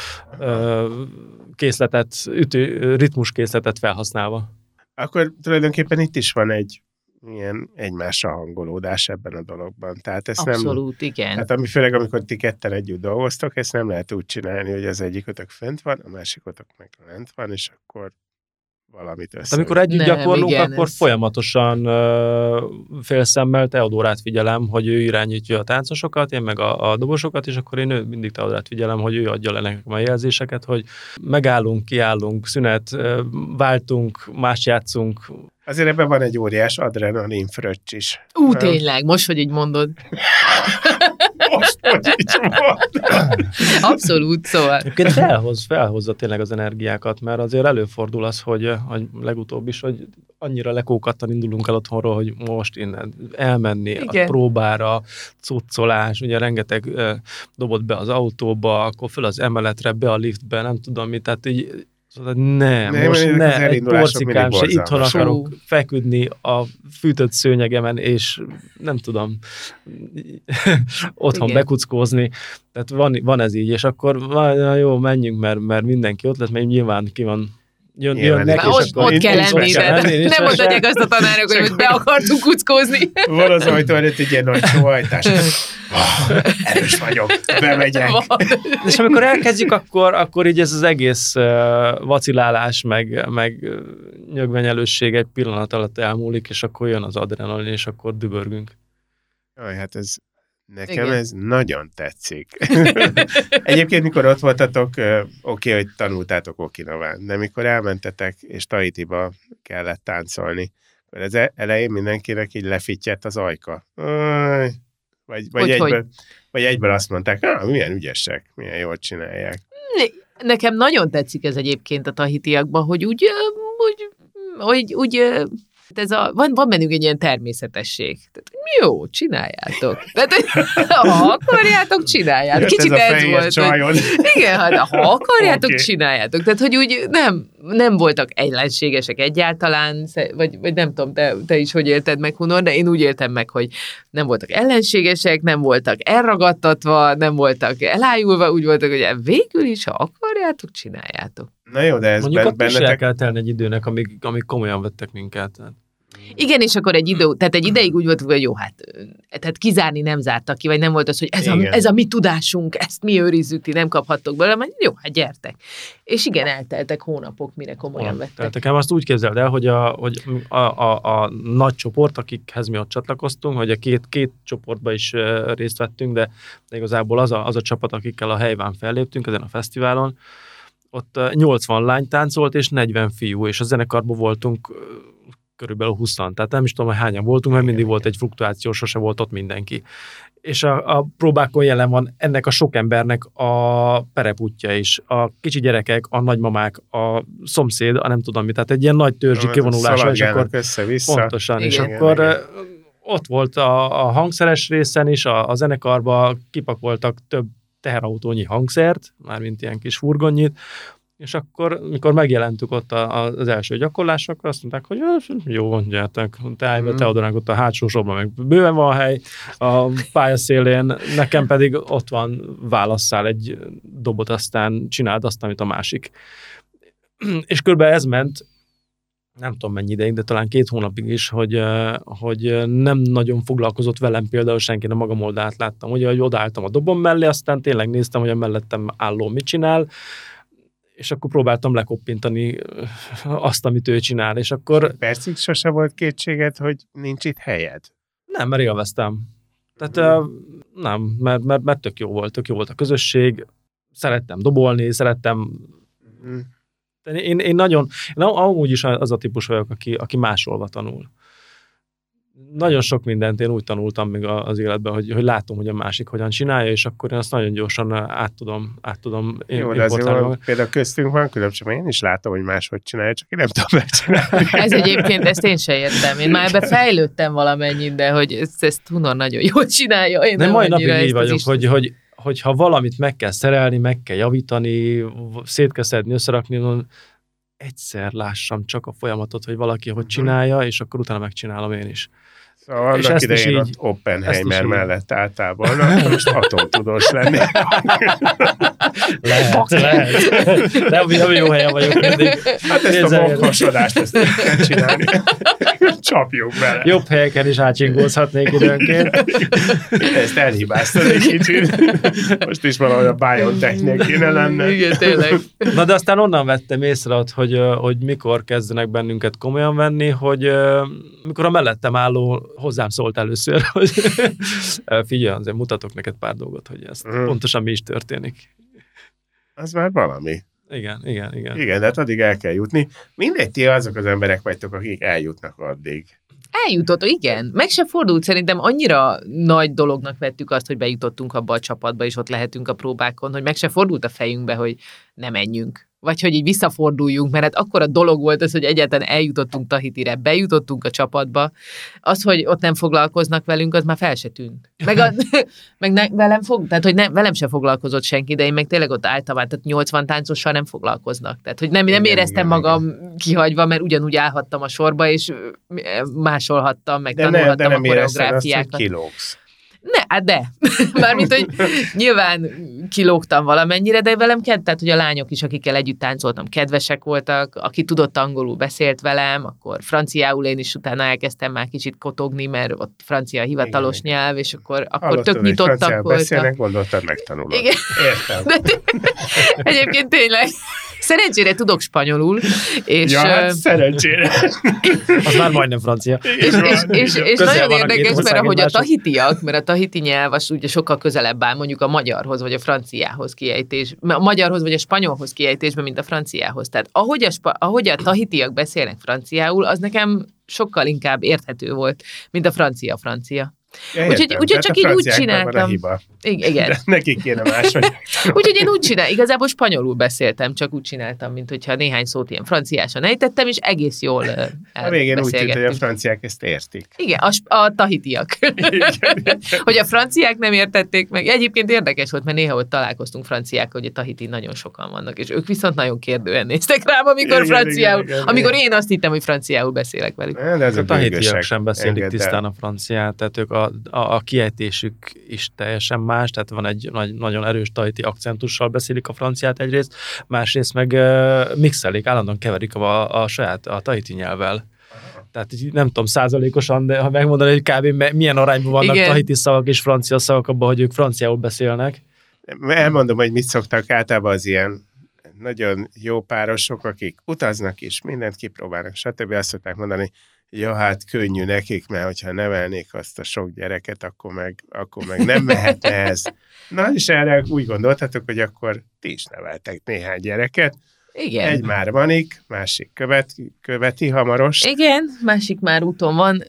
készletet, ritmuskészletet felhasználva. Akkor tulajdonképpen itt is van egy ilyen egymásra hangolódás ebben a dologban. Tehát ezt abszolút, igen. Hát főleg amikor ti ketten együtt dolgoztok, ezt nem lehet úgy csinálni, hogy az egyikotok fönt van, a másikotok meg lent van, és akkor valamit össze. Amikor együtt gyakorlunk, akkor folyamatosan félszemmel Teodórát figyelem, hogy ő irányítja a táncosokat, én meg a dobosokat, és akkor én mindig Teodórát figyelem, hogy ő adja le nekem a jelzéseket, hogy megállunk, kiállunk, szünet, váltunk, más játszunk. Azért ebben van egy óriás adrenalin fröccs is. Tényleg, most, hogy így mondod. Most, hogy így mondod. Abszolút, szóval. Egyébként felhozza tényleg az energiákat, mert azért előfordul az, hogy legutóbb is, hogy annyira lekókattan indulunk el otthonról, hogy most innen elmenni igen. A próbára, cuccolás, ugye rengeteg dobott be az autóba, akkor föl az emeletre, be a liftbe, nem tudom mit, tehát így most egy porcikám se, itthon akarok feküdni a fűtött szőnyegemen, és nem tudom otthon bekuckózni. Tehát van ez így, és akkor jó, menjünk, mert mindenki ott lesz, mert nyilván ki van jönnek, és ott kell lenni, nem mondhatják azt a tanárok, hogy be akartunk kuckózni. Van az ajtó előtt egy ilyen nagy sóhajtás. Erős vagyok, bemegyek. És amikor elkezdjük, akkor így ez az egész vacilálás, meg nyögvenyelősség egy pillanat alatt elmúlik, és akkor jön az adrenalin, és akkor dübörgünk. Jaj, hát nekem ez nagyon tetszik. Egyébként, mikor ott voltatok, oké, hogy tanultátok Okinawán, de mikor elmentetek, és Tahitiba kellett táncolni, akkor az elején mindenkinek így lefittyett az ajka. Vagy egyből azt mondták, milyen ügyesek, milyen jól csinálják. Nekem nagyon tetszik ez egyébként a tahitiakban, hogy úgy van bennünk egy ilyen természetesség. Tehát, jó, csináljátok. Tehát, ha akarjátok, csináljátok. Kicsit ez volt. Hogy, igen, ha akarjátok, csináljátok. Tehát, hogy úgy nem voltak ellenségesek egyáltalán, vagy nem tudom, te is hogy élted meg, Hunor, de én úgy éltem meg, hogy nem voltak ellenségesek, nem voltak elragadtatva, nem voltak elájulva, úgy voltak, hogy végül is, ha akarjátok, csináljátok. Na jó, de ez mondjuk ott is el kell telni egy időnek, amíg komolyan vettek minket. Igen, és akkor egy ideig úgy volt, hogy jó, tehát kizárni nem zártak ki, vagy nem volt az, hogy ez a mi tudásunk, ezt mi őrizzük, ti nem kaphattok belőle, majd jó, hát És igen, elteltek hónapok, mire komolyan vettek. Tehát azt úgy képzeld el, hogy a nagy csoport, akikhez mi ott csatlakoztunk, hogy a két csoportba is részt vettünk, de igazából az a csapat, akikkel a Helyván felléptünk ezen a fesztiválon, ott 80 lány táncolt, és 40 fiú, és a zenekarban voltunk körülbelül 20, tehát nem is tudom, hogy hányan voltunk, mert mindig volt egy fluktuáció, sose volt ott mindenki. És a próbákon jelen van ennek a sok embernek a perepútja is, a kicsi gyerekek, a nagymamák, a szomszéd, a nem tudom mi, tehát egy ilyen nagy törzsi kivonulás, és akkor pontosan, igen, és akkor ott volt a hangszeres részen is, a zenekarba kipakoltak több teherautónyi hangszert, mármint ilyen kis furgonnyit, és akkor, mikor megjelentük ott az első gyakorlásra, akkor azt mondták, hogy jó, gyertek, Teodoránk ott a hátsó sorban, meg bőven van hely, a pályaszélén, nekem pedig ott van, válasszál egy dobot, aztán csináld azt, amit a másik. És körülbelül ez ment, nem tudom mennyi ideig, de talán 2 hónapig is, hogy nem nagyon foglalkozott velem például senki, nem magam oldalt láttam. Ugye, hogy odaálltam a dobom mellé, aztán tényleg néztem, hogy a mellettem álló mit csinál, és akkor próbáltam lekoppintani azt, amit ő csinál, és akkor... Percig sose volt kétséged, hogy nincs itt helyed? Nem, mert élveztem. Tehát nem, mert tök jó volt a közösség, szerettem dobolni, szerettem... Én amúgy is az a típus vagyok, aki másolva tanul. Nagyon sok mindent én úgy tanultam még az életben, hogy látom, hogy a másik hogyan csinálja, és akkor én azt nagyon gyorsan át tudom jó, de azért például köztünk van különbség, én is látom, hogy máshogy csinálja, csak én nem tudom megcsinálni. Ez egyébként, ezt én se értem. Én már ebbe fejlődtem valamennyit, de hogy ezt Hunor nagyon jól csinálja. Én nem mai napig így vagyok, hogy hogyha valamit meg kell szerelni, meg kell javítani, szét kell szedni, összerakni, egyszer lássam csak a folyamatot, hogy valaki hogy csinálja, és akkor utána megcsinálom én is. Szóval annak idején ott Oppenheimer mellett általában, akkor most atomtudós lenni. Lehet. Nem jó helyen vagyok mindig. Hát ezt a bokkosodást ezt kell csinálni. Csapjuk bele. Jobb helyeken is átsingózhatnék időnként. Ezt elhibáztad egy kicsit. Most is valahogy a BioNTech-nél kéne lenne. Igen, tényleg. Na de aztán onnan vettem észre, hogy mikor kezdenek bennünket komolyan venni, hogy mikor a mellettem álló hozzám szólt először, hogy figyelj, azért mutatok neked pár dolgot, hogy ez pontosan mi is történik. Az már valami. Igen. Igen, de hát addig el kell jutni. Mindegy, ti azok az emberek vagytok, akik eljutnak addig. Eljutott, igen. Meg se fordult, szerintem annyira nagy dolognak vettük azt, hogy bejutottunk abba a csapatba, és ott lehetünk a próbákon, hogy meg se fordult a fejünkbe, hogy ne menjünk. Vagy hogy így visszaforduljunk, mert hát akkora dolog volt ez, hogy egyáltalán eljutottunk Tahitire, bejutottunk a csapatba. Az, hogy ott nem foglalkoznak velünk, az már fel se tűnt. Velem se foglalkozott senki, de én meg tényleg ott álltam, tehát 80 táncossal nem foglalkoznak. Tehát, hogy nem éreztem magam kihagyva, mert ugyanúgy állhattam a sorba, és másolhattam, meg tanulhattam a koreográfiákat. Kilógsz. De. Mármint, hogy nyilván kilógtam valamennyire, de velem tehát, hogy a lányok is, akikkel együtt táncoltam, kedvesek voltak, aki tudott angolul beszélt velem, akkor franciául én is utána elkezdtem már kicsit kotogni, mert ott francia hivatalos nyelv, és akkor tök nyitottak voltak. Beszélnek, gondoltad, megtanulod. Igen. Értem. Egyébként tényleg. Szerencsére tudok spanyolul, és... Ja, hát szerencsére. Az már majdnem francia. És nagyon érdekes, mert ahogy a tahitiak, mert a tahiti nyelv az ugye sokkal közelebb áll mondjuk a magyarhoz, vagy a franciához kiejtés, a magyarhoz, vagy a spanyolhoz kiejtésben, mint a franciához. Tehát ahogy a tahitiak beszélnek franciául, az nekem sokkal inkább érthető volt, mint a francia. Ja, úgyhogy csak így úgy csináltam. Igen. De nekik kéne máshogy. Úgyhogy én úgy csináltam, igazából spanyolul beszéltem, csak úgy csináltam, mint hogyha néhány szót ilyen franciásan ejtettem, és egész jól a végén úgy tűnt, hogy a franciák ezt értik. Igen, a tahitiak. Hogy a franciák nem értették meg. Egyébként érdekes volt, mert néha ott találkoztunk franciákkal, hogy a tahiti nagyon sokan vannak, és ők viszont nagyon kérdően néztek rám, amikor franciául, amikor én azt hittem, hogy franciául beszélek velük. De ez a tahitiak sem beszélik tisztán a franciát, tehát ők a kiejtésük is teljesen más, tehát van egy nagyon erős tahiti akcentussal beszélik a franciát egyrészt, másrészt meg mixelik, állandóan keverik a saját a tahiti nyelvvel. Tehát nem tudom százalékosan, de ha megmondani, hogy kb. Milyen arányban vannak tahiti szavak és francia szavak abban, hogy ők franciául beszélnek. Elmondom, hogy mit szoktak általában az ilyen nagyon jó párosok, akik utaznak is, mindent kipróbálnak, stb. Azt szokták mondani, ja, hát könnyű nekik, mert hogyha nevelnék azt a sok gyereket, akkor meg nem mehetne ez. Na, és erre úgy gondoltatok, hogy akkor ti is neveltek néhány gyereket. Igen. Egy már vanik, másik követi hamarost. Igen, másik már úton van.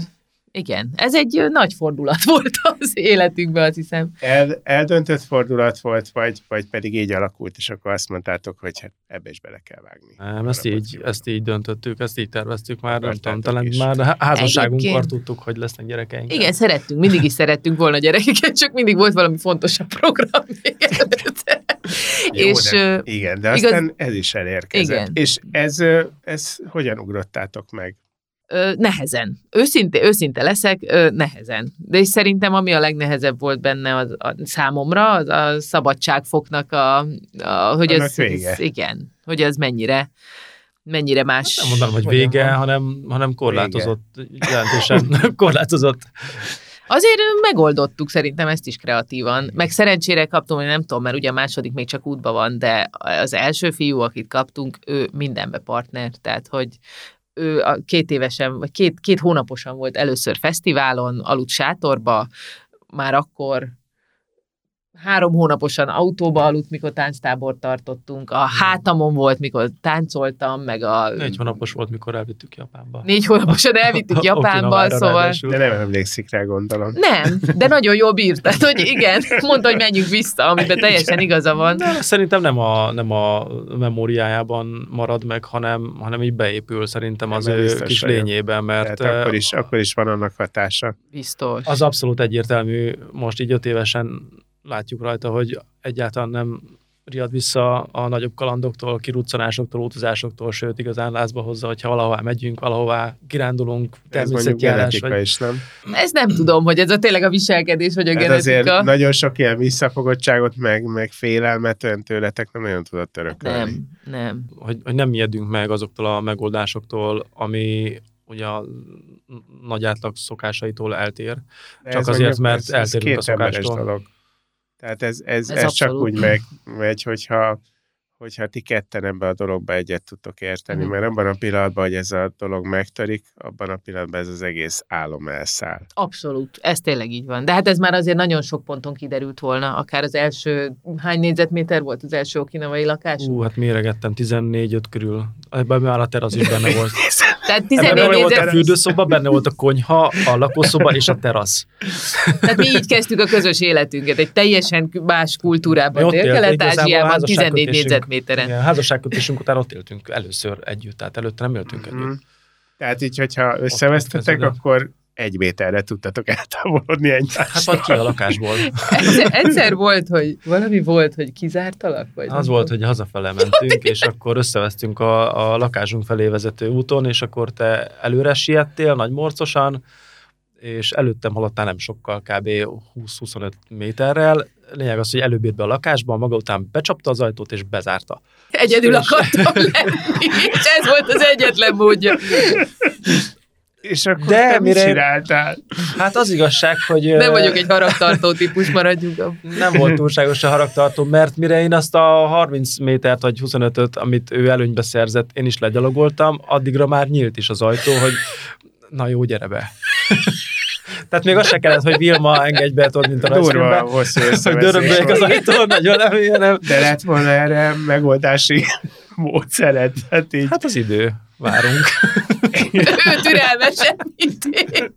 Igen, ez egy nagy fordulat volt az életünkben, azt hiszem. Eldöntött fordulat volt, vagy pedig így alakult, és akkor azt mondtátok, hogy hát ebbe is bele kell vágni. Nem, ezt így döntöttük, ezt így terveztük már, nem tudom, talán már házasságunkkor tudtuk, hogy lesznek gyerekeink. Igen, mindig is szerettünk volna gyerekeket, csak mindig volt valami fontosabb program. Igen, de aztán ez is elérkezett. Igen. És ez hogyan ugrottátok meg? Nehezen. Őszinte leszek, nehezen. De és szerintem ami a legnehezebb volt benne a számomra, az a szabadságfoknak hogy ez igen, hogy ez mennyire más. Nem mondanám, hogy vége, hanem korlátozott, jelentősen korlátozott. Azért megoldottuk szerintem ezt is kreatívan. Meg szerencsére kaptam, hogy nem tudom, mert ugye a második még csak útban van, de az első fiú, akit kaptunk, ő mindenbe partner, tehát hogy ő 2 évesen, vagy két hónaposan volt először fesztiválon, aludt sátorba, már akkor 3 hónaposan autóba aludt, mikor tánctábort tartottunk, a hátamon volt, mikor táncoltam, meg 4 hónapos volt, mikor elvittük Japánba. 4 hónaposan elvittük Japánba, szóval... De nem emlékszik rá, gondolom. Nem, de nagyon jól bírt, tehát, hogy igen, mondta, hogy menjünk vissza, amiben teljesen igaza van. De szerintem nem a memóriájában marad meg, hanem így beépül szerintem az ő kis lényében, mert... Akkor is van annak hatása. Biztos. Az abszolút egyértelmű, most így 5 évesen látjuk rajta, hogy egyáltalán nem riad vissza a nagyobb kalandoktól, kiruccanásoktól, utazásoktól, sőt igazán lázba hozza, hogyha valahová megyünk, valahová kirándulunk, természetjárás. Vagy... is, nem? Ez nem tudom, hogy ez tényleg a viselkedés, vagy a genetika. Azért nagyon sok ilyen visszafogottságot, meg félelmet ön tőletek nem nagyon tudott örökölni. Nem. Hogy nem ijedünk meg azoktól a megoldásoktól, ami ugye a nagy átlag szokásaitól eltér. De csak azért, mert eltérünk a szokástól. Dolog. Tehát ez csak úgy megy, hogyha ti ketten ebbe a dologba egyet tudtok érteni, mert abban a pillanatban, hogy ez a dolog megtörik, abban a pillanatban ez az egész álom elszáll. Abszolút, ez tényleg így van. De hát ez már azért nagyon sok ponton kiderült volna, akár az első, hány négyzetméter volt az első okinawai lakás? Hát méregettem, 14-5 körül. Ebben már a terasz is benne volt. Tehát 14 volt a fürdőszoba, benne volt a konyha, a lakószoba és a terasz. Tehát mi így kezdtük a közös életünket, egy teljesen más kultúrában, Dél-Kelet-Ázsiában, 14 négyzetméteren. Igen, házasságkötésünk után ott éltünk először együtt, tehát előtte nem éltünk együtt. Tehát így, hogyha összevesztetek, akkor 1 méterre tudtatok eltávolodni egymással. Hát vagy ki a lakásból. Egyszer volt, hogy valami volt, hogy kizártalak? Vagy az volt, hogy hazafele mentünk, és akkor összevesztünk a lakásunk felé vezető úton, és akkor te előre siettél, nagy morcosan, és előttem haladtál nem sokkal, kb. 20-25 méterrel. Lényeg az, hogy előbb ért be a lakásba, maga után becsapta az ajtót, és bezárta. Egyedül akartam lenni, és ez volt az egyetlen módja. És akkor te mit csináltál? Hát az igazság, hogy... Nem vagyok egy haragtartó típus, maradjunk. Nem volt túlságosan haragtartó, mert mire én azt a 30 métert vagy 25-öt, amit ő előnybe szerzett, én is legyalogoltam, addigra már nyílt is az ajtó, hogy na jó, gyere be. Tehát még az se kellett, hogy Vilma engedj be, tudod, mint a rajzfilmben. Durva, hosszú hogy dörömböljek az ajtón, nagyon nem. De lett volna erre megoldási módszeret. Hát az idő. Várunk. Ő türelmesebb, mint én.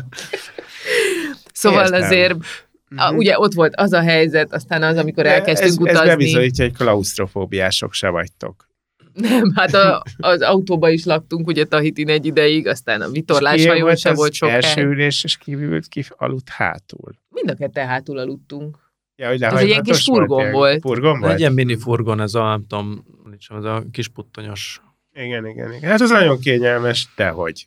Szóval értem. Azért, ugye ott volt az a helyzet, aztán az, amikor elkezdtünk utazni. Ez bebizonyítja, hogy klausztrofóbiások se vagytok. Nem, hát az autóba is laktunk, ugye Tahitin egy ideig, aztán a vitorláshajón se volt sok első ülés, és ki aludt hátul? Mind a ketten hátul aludtunk. Ja, hogy ez egy ilyen kis furgon volt. Furgon volt? Egy ilyen mini furgon, ez a, nem tudom, ez a kis puttonyos. Igen. Hát az nagyon kényelmes, dehogy.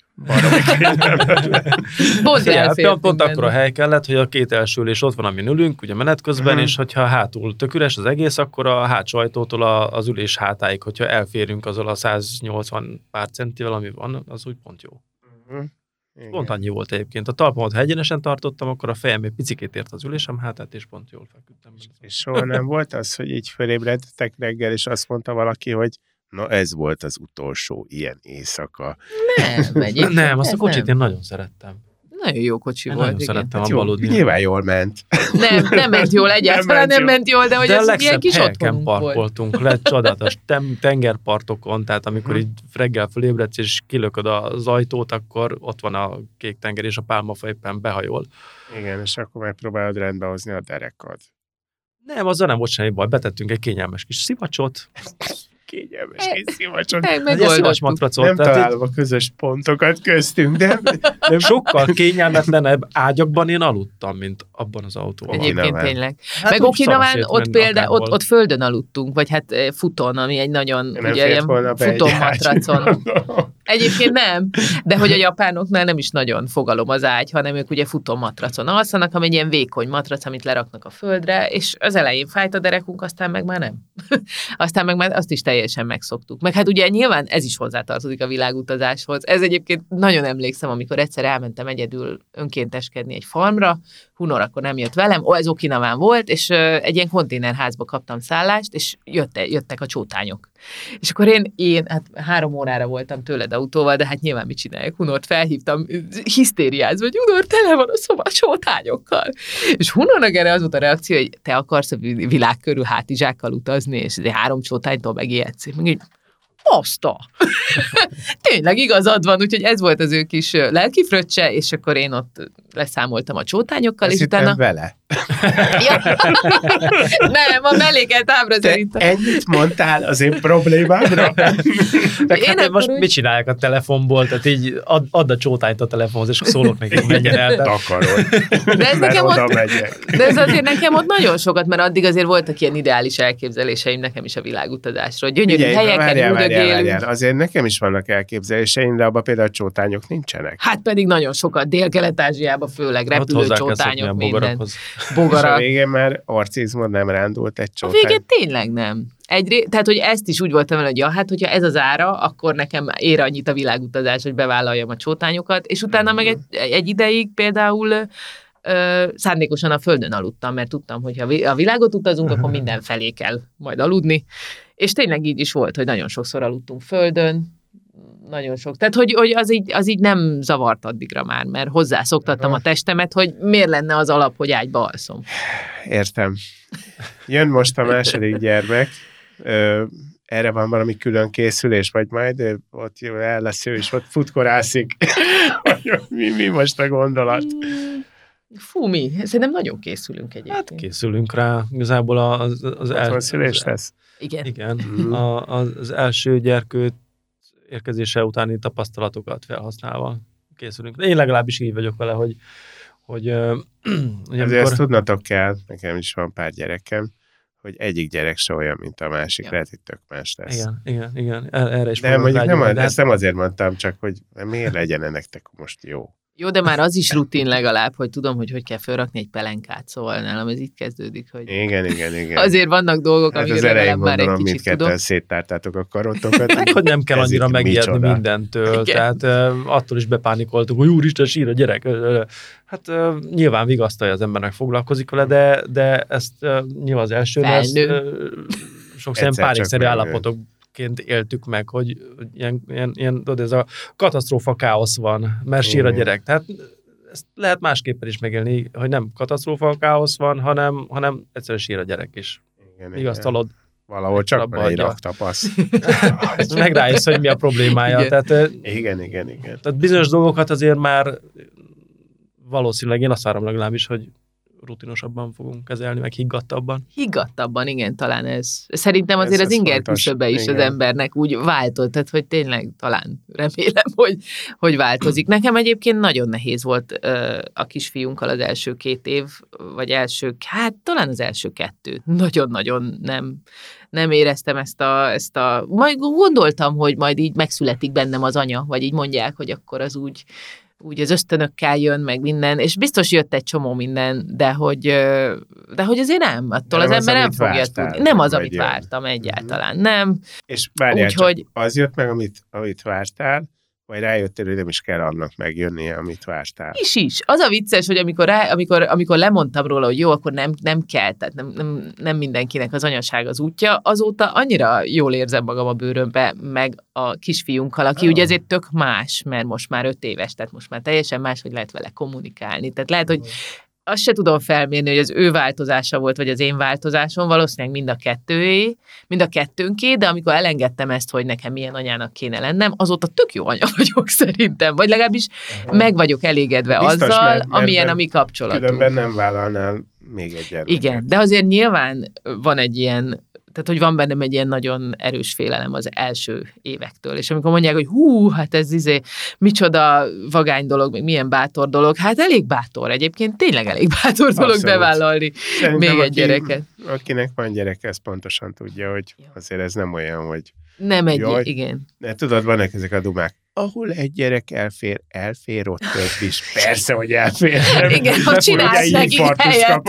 Pont akkor a hely kellett, hogy a 2 első ülés ott van, amin ülünk, ugye menet közben, és hogyha hátul tök üres az egész, akkor a hátsó ajtótól az ülés hátáig, hogyha elférünk azzal a 180 pár centivel, ami van, az úgy pont jó. Pont annyi volt egyébként. A talpamat, ha egyenesen tartottam, akkor a fejem egy picikét ért az ülésem hátát, és pont jól feküdtem. És soha nem volt az, hogy így fölébredtek reggel, és azt mondta valaki, hogy na ez volt az utolsó ilyen éjszaka. Nem, azt a kocsit én nagyon szerettem. Nagyon jó kocsi volt. Nagyon szerettem abba aludni. Nyilván jól ment. Nem ment jól, egyáltalán nem ment jól, de hogy de az ilyen kis otthonunk parkoltunk, lett csodálatos tengerpartokon, tehát amikor így reggel fölébredsz és kilököd az ajtót, akkor ott van a kék tenger és a pálmafa éppen behajol. Igen, és akkor megpróbálod rendbehozni a derekad. Nem, azzal nem volt semmi baj, betettünk egy kényelmes kis szivacsot. Kényelmes kis szivacsot. Nem találom a közös pontokat köztünk, de sokkal kényelmetlenebb ágyakban én aludtam, mint abban az autóban. Egyébként tényleg. Hát meg Okinawán ott például, ott földön aludtunk, vagy hát futon, ami egy nagyon ugye, ilyen futómatracon. Egyébként nem, de hogy a japánoknál nem is nagyon fogalom az ágy, hanem ők ugye futómatracon alszanak, ami egy ilyen vékony matrac, amit leraknak a földre, és az elején fájt a derekunk, aztán meg már nem. Aztán meg már azt is teljesen megszoktuk. Meg hát ugye nyilván ez is hozzátartozik a világutazáshoz. Ez egyébként nagyon emlékszem, amikor egyszer elmentem egyedül önkénteskedni egy farmra, Hunor akkor nem jött velem, ez Okinawán volt, és egy ilyen konténerházba kaptam szállást, és jöttek a csótányok. És akkor én hát 3 órára voltam tőled autóval, de hát nyilván mit csinálják? Hunort felhívtam, hisztériázva, hogy Hunor, tele van a szoba csótányokkal. És Hunornak erre az volt a reakció, hogy te akarsz a világ körül hátizsákkal utazni, és 3 csótánytól megijedsz. Meg így, Tényleg igazad van, úgyhogy ez volt az ő kis lelkifröccse, és akkor én ott leszámoltam a csótányokkal, Azt és utána... vele. Ja. Nem, a mellékelt ábra szerintem. Ennyit mondtál az én problémámra? Hát most mit csinálják a telefonból? Tehát így add a csótányt a telefonhoz, és szólok neki, hogy menjen el. Takarod. De ez azért nekem ott nagyon sokat, mert addig azért voltak ilyen ideális elképzeléseim nekem is a világutazásról. Gyönyörű helyeken üldögélünk. Azért nekem is vannak elképzeléseim, de abban például csótányok nincsenek. Hát pedig nagyon sokat, Dél-Kelet-Ázsiában főleg repülőcsótányok, minden. És a végén már orcizmod nem rándult egy csótány. A végén tényleg nem. Tehát, hogy ezt is úgy voltam vele, hogy ja, hát, hogyha ez az ára, akkor nekem ér annyit a világutazás, hogy bevállaljam a csótányokat, és utána meg egy ideig például szándékosan a földön aludtam, mert tudtam, hogy ha a világot utazunk, akkor mindenfelé kell majd aludni. És tényleg így is volt, hogy nagyon sokszor aludtunk földön, nagyon sok. Tehát, hogy az így nem zavart addigra már, mert hozzászoktattam a testemet, hogy miért lenne az alap, hogy ágyba alszom. Értem. Jön most a második gyermek. Erre van valami külön készülés, vagy majd ott el lesz ő, és ott futkorászik. mi most a gondolat? Fú, mi? Szerintem nagyon készülünk egyébként. Hát készülünk rá. Igazából az első... szülés lesz? Igen. Az első gyerkőt érkezése utáni tapasztalatokat felhasználva készülünk. Én legalábbis így vagyok vele, hogy ezért ezt tudnatok kell, nekem is van pár gyerekem, hogy egyik gyerek se olyan, mint a másik, lehet, hogy tök más lesz. Igen. Erre is de mondjuk ezt nem azért mondtam, csak hogy miért legyen nektek most jó. Jó, de már az is rutin legalább, hogy tudom, hogy kell felrakni egy pelenkát, szóval nálam ez itt kezdődik, hogy... Igen. Azért vannak dolgok, amikre legalább már egy kicsit tudom. Mindketten széttártátok a karotokat. Meg, hogy nem kell annyira megijedni mindentől, igen. Tehát attól is bepánikoltuk, hogy úristen, sír a gyerek. Hát nyilván vigasztalja az embernek, foglalkozik vele, de ezt nyilván az első lesz. Sokszor pánikszerű állapotok éltük meg, hogy ilyen ez a katasztrófa káosz van, mert sír a gyerek. Tehát ezt lehet másképpen is megélni, hogy nem katasztrófa káosz van, hanem egyszerűen sír a gyerek is. Vigasztalod. Valahol csak van egy raktapasz. Meg rájössz, hogy mi a problémája. Igen. Tehát, igen. Tehát bizonyos dolgokat azért már valószínűleg én azt várom legalábbis, hogy rutinosabban fogunk kezelni, meg higgadtabban. Higgadtabban, igen, talán ez. Szerintem azért ez az inger küszöbe is igen. Az embernek úgy változott, tehát hogy tényleg talán remélem, hogy változik. Nekem egyébként nagyon nehéz volt a kisfiunkkal az első 2 év, vagy talán az első 2. Nagyon-nagyon nem éreztem ezt a... Majd gondoltam, hogy majd így megszületik bennem az anya, vagy így mondják, hogy akkor az úgy az ösztönökkel jön, meg minden, és biztos jött egy csomó minden, de hogy azért nem, attól az ember nem fogja tudni. Nem az, amit vártam egyáltalán, nem. És várjál, csak az jött meg, amit vártál, vagy rájöttél, hogy nem is kell annak megjönnie, amit vártál. Is. Az a vicces, hogy amikor lemondtam róla, hogy jó, akkor nem kell, tehát nem mindenkinek az anyaság az útja, azóta annyira jól érzem magam a bőrömbe, meg a kisfiunkkal, aki ugye ezért tök más, mert most már 5 éves, tehát most már teljesen más, hogy lehet vele kommunikálni. Tehát lehet, hogy azt se tudom felmérni, hogy az ő változása volt, vagy az én változásom, valószínűleg mind a kettőnké, de amikor elengedtem ezt, hogy nekem milyen anyának kéne lennem, azóta tök jó anya vagyok szerintem, vagy legalábbis meg vagyok elégedve biztos, azzal, amilyen a mi kapcsolatunk. Különben nem vállalnál még egy gyermeket. Igen, de azért nyilván van egy ilyen, tehát hogy van bennem egy ilyen nagyon erős félelem az első évektől, és amikor mondják, hogy hát ez micsoda vagány dolog, meg milyen bátor dolog, hát elég bátor egyébként, tényleg elég bátor dolog abszolút. Bevállalni szerintem még egy gyereket. Akinek van gyereke, ez pontosan tudja, hogy azért ez nem olyan, hogy nem igen. De tudod, vannak ezek a dumák. Ahol egy gyerek elfér ott több is. Persze, hogy elfér. Igen, ha csinálsz nekik helyet.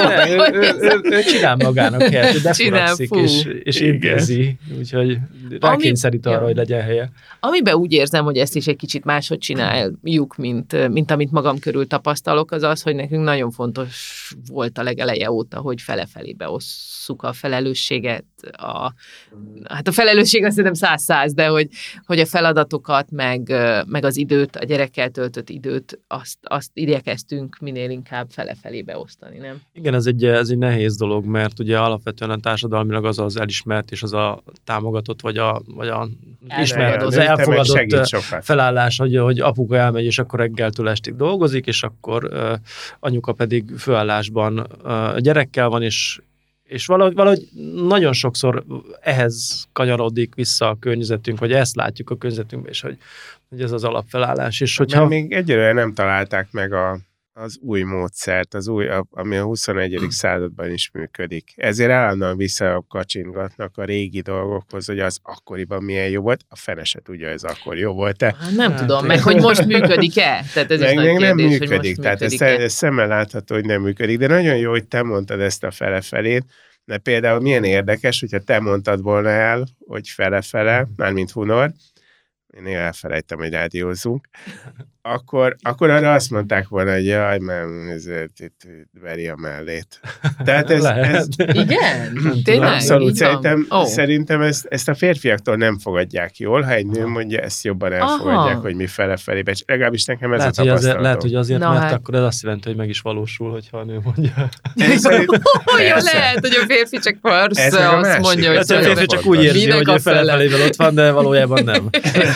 Ő csinál magának helyet, de furakszik és intézi. Úgyhogy rákényszerít arra, hogy legyen helye. Amiben úgy érzem, hogy ezt is egy kicsit máshogy csináljuk, mint amit magam körül tapasztalok, az az, hogy nekünk nagyon fontos volt a legeleje óta, hogy fele-felébe osszuk a felelősséget. Hát a felelősség azt hiszem 100-100, de hogy a feladatokat, meg meg az időt, a gyerekkel töltött időt, azt igyekeztünk minél inkább fele-felébe osztani, nem? Igen, ez egy nehéz dolog, mert ugye alapvetően a társadalmilag az elismert és az a támogatott, vagy a ismert, az elfogadott felállás, hogy apuka elmegy, és akkor reggeltől estig dolgozik, és akkor anyuka pedig főállásban a gyerekkel van, és valahogy nagyon sokszor ehhez kanyarodik vissza a környezetünk, vagy ezt látjuk a környezetünkben, és hogy ez az alapfelállás. És hogyha... még egyelőre nem találták meg az új módszert, ami a 21. században is működik. Ezért állandóan visszakacsingatnak a régi dolgokhoz, hogy az akkoriban milyen jó volt. A fene se tudja, ez akkor jó volt-e. Nem tudom, meg hogy most működik-e? Tehát ez meg is nagy nem kérdés, működik. Tehát ez szemmel látható, hogy nem működik. De nagyon jó, hogy te mondtad ezt a fele-felét. De például milyen érdekes, hogyha te mondtad volna el, hogy fele-fele, mármint Hunor, én elfelejtem, hogy rádiózzunk, akkor arra azt mondták volna, hogy jaj, mert ezért itt veri a mellét. Tehát ez igen? Tényleg? Abszolút, szerintem ezt a férfiaktól nem fogadják jól, ha egy nő mondja, ezt jobban elfogadják, hogy mi fele-felébe. Legalábbis nekem ez a tapasztalatom. Lehet, hogy azért, mert akkor ez azt jelenti, hogy meg is valósul, hogyha a nő mondja. Lehet, hogy a férfi csak persze azt mondja, hogy a férfi csak úgy érzi, hogy fele-felével ott van, de valójában nem.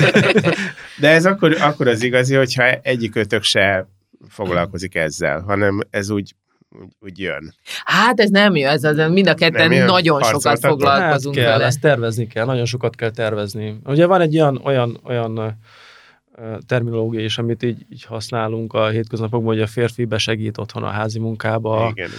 De ez akkor az igazi, hogyha egyikötök se foglalkozik ezzel, hanem ez úgy jön. Hát ez nem jön, ez mind a ketten nagyon sokat foglalkozunk vele. Ezt tervezni kell, nagyon sokat kell tervezni. Ugye van egy olyan terminológia is, amit így használunk a hétköznapokban, hogy a férfi besegít otthon a házi munkába. Igen.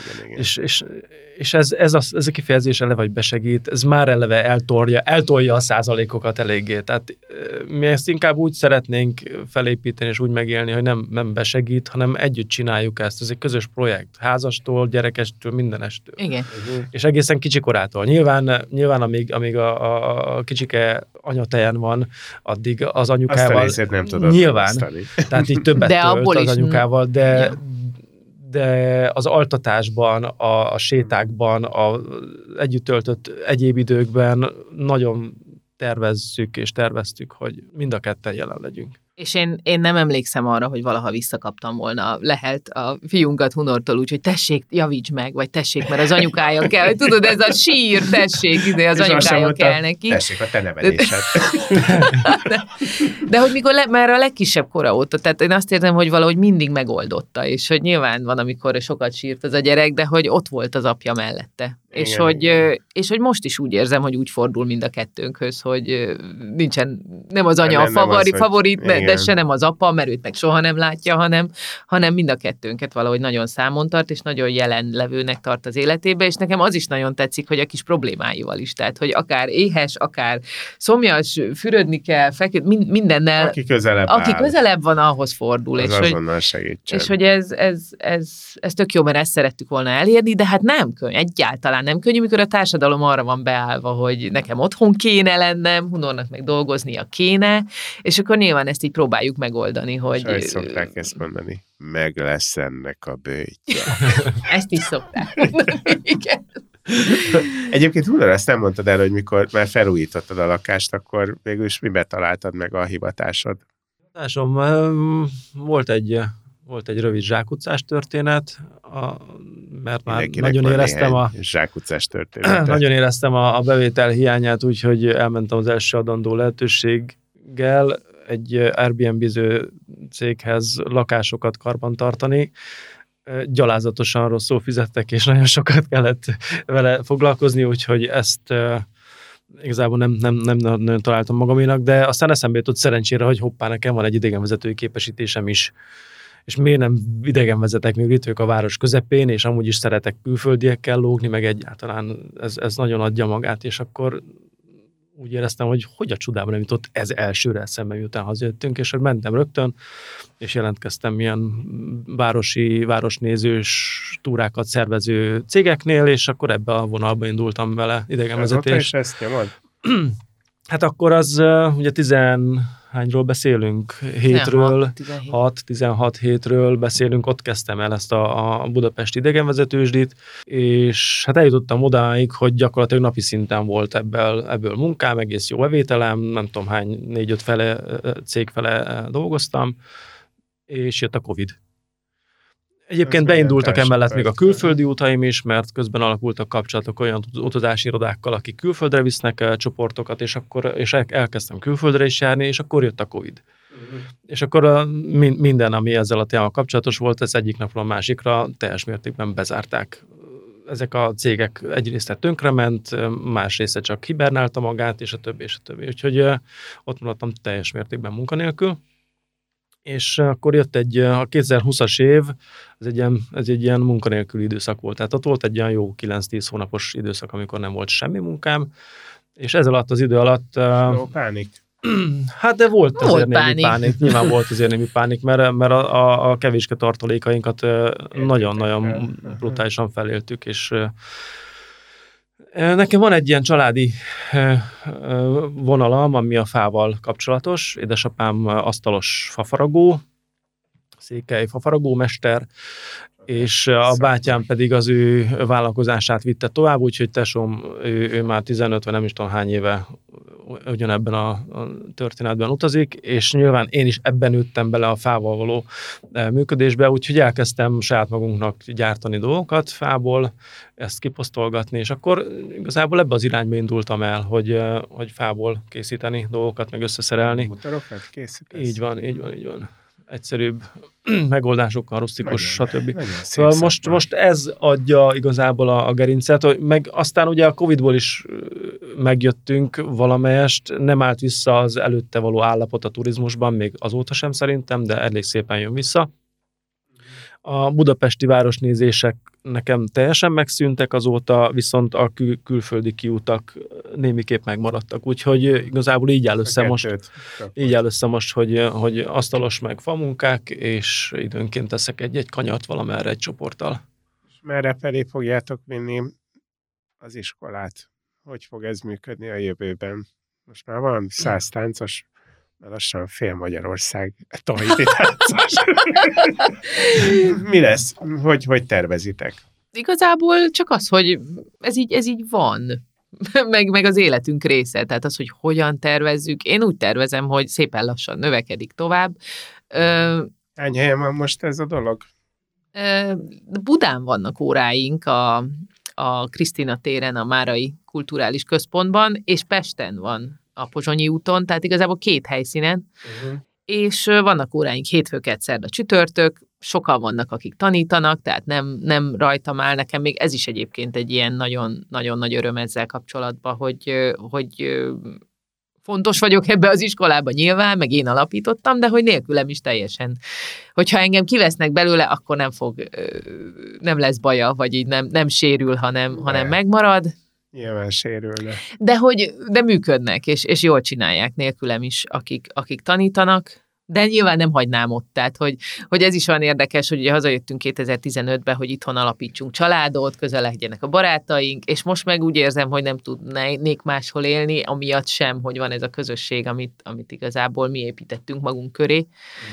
És ez a kifejezés eleve, vagy besegít, ez már eleve eltolja a százalékokat eléggé. Tehát mi ezt inkább úgy szeretnénk felépíteni, és úgy megélni, hogy nem besegít, hanem együtt csináljuk ezt. Ez egy közös projekt. Házastól, gyerekestől, mindenestől. Igen. És egészen kicsikorától. Nyilván amíg a kicsike anyatejen van, addig az anyukával... Azt a nem tudod nyilván. Tehát így többet tölt az anyukával, de az altatásban, a sétákban, az együtt töltött egyéb időkben nagyon tervezzük és terveztük, hogy mind a ketten jelen legyünk. És én nem emlékszem arra, hogy valaha visszakaptam volna lehet a fiunkat Hunortól úgy, hogy tessék, javíts meg, vagy tessék, mert az anyukája kell. Tudod, ez a sír, tessék, ide az anyukája kell neki. Tessék, a te nevelésed. De hogy mikor már a legkisebb kora óta, tehát én azt érzem, hogy valahogy mindig megoldotta, és hogy nyilván van, amikor sokat sírt az a gyerek, de hogy ott volt az apja mellette. Igen, és hogy most is úgy érzem, hogy úgy fordul mind a kettőnkhöz, hogy nem az anya a favorit, de se nem az apa, mert őt meg soha nem látja, hanem mind a kettőnket valahogy nagyon számon tart, és nagyon jelenlevőnek tart az életébe, és nekem az is nagyon tetszik, hogy a kis problémáival is, tehát, hogy akár éhes, akár szomjas, fürödni kell, mindennel, aki közelebb van, ahhoz fordul. És hogy ez tök jó, mert ezt szerettük volna elérni, de hát nem könnyű, egyáltalán nem könnyű, mikor a társadalom arra van beállva, hogy nekem otthon kéne lennem, Hunornak meg dolgoznia kéne, és akkor nyilván ezt így próbáljuk megoldani, hogy... Hogy szokták ezt mondani? Meg lesz ennek a bőjtje. Ezt is szokták mondani, igen. Egyébként Hunor, ezt nem mondtad el, hogy mikor már felújítottad a lakást, akkor végül is mibe találtad meg a hivatásod? Volt egy rövid zsákutcás történet, mert már nagyon éreztem zsákutcás történet. Nagyon éreztem a bevétel hiányát, úgyhogy elmentem az első adandó lehetőséggel egy Airbnb-ző céghez lakásokat karbantartani. Gyalázatosan rosszul fizettek, és nagyon sokat kellett vele foglalkozni, úgyhogy ezt igazából nem nagyon találtam magaménak, de aztán eszembe jutott szerencsére, hogy hoppá, nekem van egy idegenvezetői képesítésem is, és miért nem idegenvezetek, még itt a város közepén, és amúgy is szeretek külföldiekkel lógni, meg egyáltalán ez nagyon adja magát, és akkor úgy éreztem, hogy a csodában nem jutott ez elsőre eszembe, miután hazajöttünk, és hogy mentem rögtön, és jelentkeztem ilyen városnézős túrákat szervező cégeknél, és akkor ebbe a vonalba indultam vele, idegenvezetés. És ezt nyomod? Hát akkor az ugye hányról beszélünk? 6-16 hétről beszélünk, ott kezdtem el ezt a budapesti idegenvezetősdit, és hát eljutottam odáig, hogy gyakorlatilag napi szinten volt ebből munkám, egész jó bevételem, nem tudom hány, 4-5 cég fele dolgoztam, és jött a Covid. Egyébként beindultak emellett még a külföldi utaim is, mert közben alakultak kapcsolatok olyan utazási irodákkal, akik külföldre visznek csoportokat, és elkezdtem külföldre is járni, és akkor jött a Covid. És akkor minden, ami ezzel a témával kapcsolatos volt, ez egyik napról a másikra teljes mértékben bezárták. Ezek a cégek egyrészt tönkrement, más része csak hibernálta magát, és a többi, és a többi. Úgyhogy ott maradtam teljes mértékben munkanélkül. És akkor jött a 2020-as év, ez egy ilyen munkanélküli időszak volt. Tehát ott volt egy olyan jó 9-10 hónapos időszak, amikor nem volt semmi munkám, és ez alatt az idő alatt... pánik. Hát de volt azért némi pánik. Nyilván volt azért némi pánik, mert a kevéske tartalékainkat nagyon-nagyon brutálisan feléltük, és nekem van egy ilyen családi vonalam, ami a fával kapcsolatos. Édesapám asztalos fafaragó, székely fafaragómester, és a bátyám pedig az ő vállalkozását vitte tovább, úgyhogy tesóm, ő már 15 vagy nem is tudom hány éve ugyanebben a történetben utazik, és nyilván én is ebben nőttem bele a fával való működésbe, úgyhogy elkezdtem saját magunknak gyártani dolgokat fából, ezt kiposztolgatni, és akkor igazából ebbe az irányba indultam el, hogy fából készíteni dolgokat, meg összeszerelni. Motorokat készítesz? Így van. Egyszerűbb megoldásokkal, rustikus, stb. Szóval most ez adja igazából a gerincet, meg aztán ugye a Covid-ból is megjöttünk valamelyest, nem állt vissza az előtte való állapot a turizmusban, még azóta sem szerintem, de elég szépen jön vissza. A budapesti városnézések nekem teljesen megszűntek azóta, viszont a külföldi kiutak némiképp megmaradtak, úgyhogy igazából így áll össze most, hogy asztalos meg famunkák, és időnként teszek egy kanyart valamerre egy csoporttal. És merre felé fogjátok vinni az iskolát? Hogy fog ez működni a jövőben? Most már van 100 táncos, lassan fél Magyarország tahiti táncos. Mi lesz? Hogy tervezitek? Igazából csak az, hogy ez így van. Meg az életünk része. Tehát az, hogy hogyan tervezzük. Én úgy tervezem, hogy szépen lassan növekedik tovább. Hány helyen van most ez a dolog? Budán vannak óráink a Krisztina téren, a Márai Kulturális Központban, és Pesten van a Pozsonyi úton, tehát igazából 2 helyszínen, és vannak óráink hétfő, kedd, szerda, csütörtök, sokan vannak, akik tanítanak, tehát nem rajtam áll. Nekem még ez is egyébként egy ilyen nagyon, nagyon nagy öröm ezzel kapcsolatban, hogy fontos vagyok ebbe az iskolába nyilván, meg én alapítottam, de hogy nélkülem is teljesen. Hogyha engem kivesznek belőle, akkor nem lesz baja, vagy így nem sérül, hanem megmarad. Nyilván sérülne. De működnek, és jól csinálják nélkülem is, akik tanítanak, de nyilván nem hagynám ott. Tehát, hogy ez is olyan érdekes, hogy ugye hazajöttünk 2015-ben, hogy itthon alapítsunk családot, közel legyenek a barátaink, és most meg úgy érzem, hogy nem tudnék máshol élni, amiatt sem, hogy van ez a közösség, amit igazából mi építettünk magunk köré,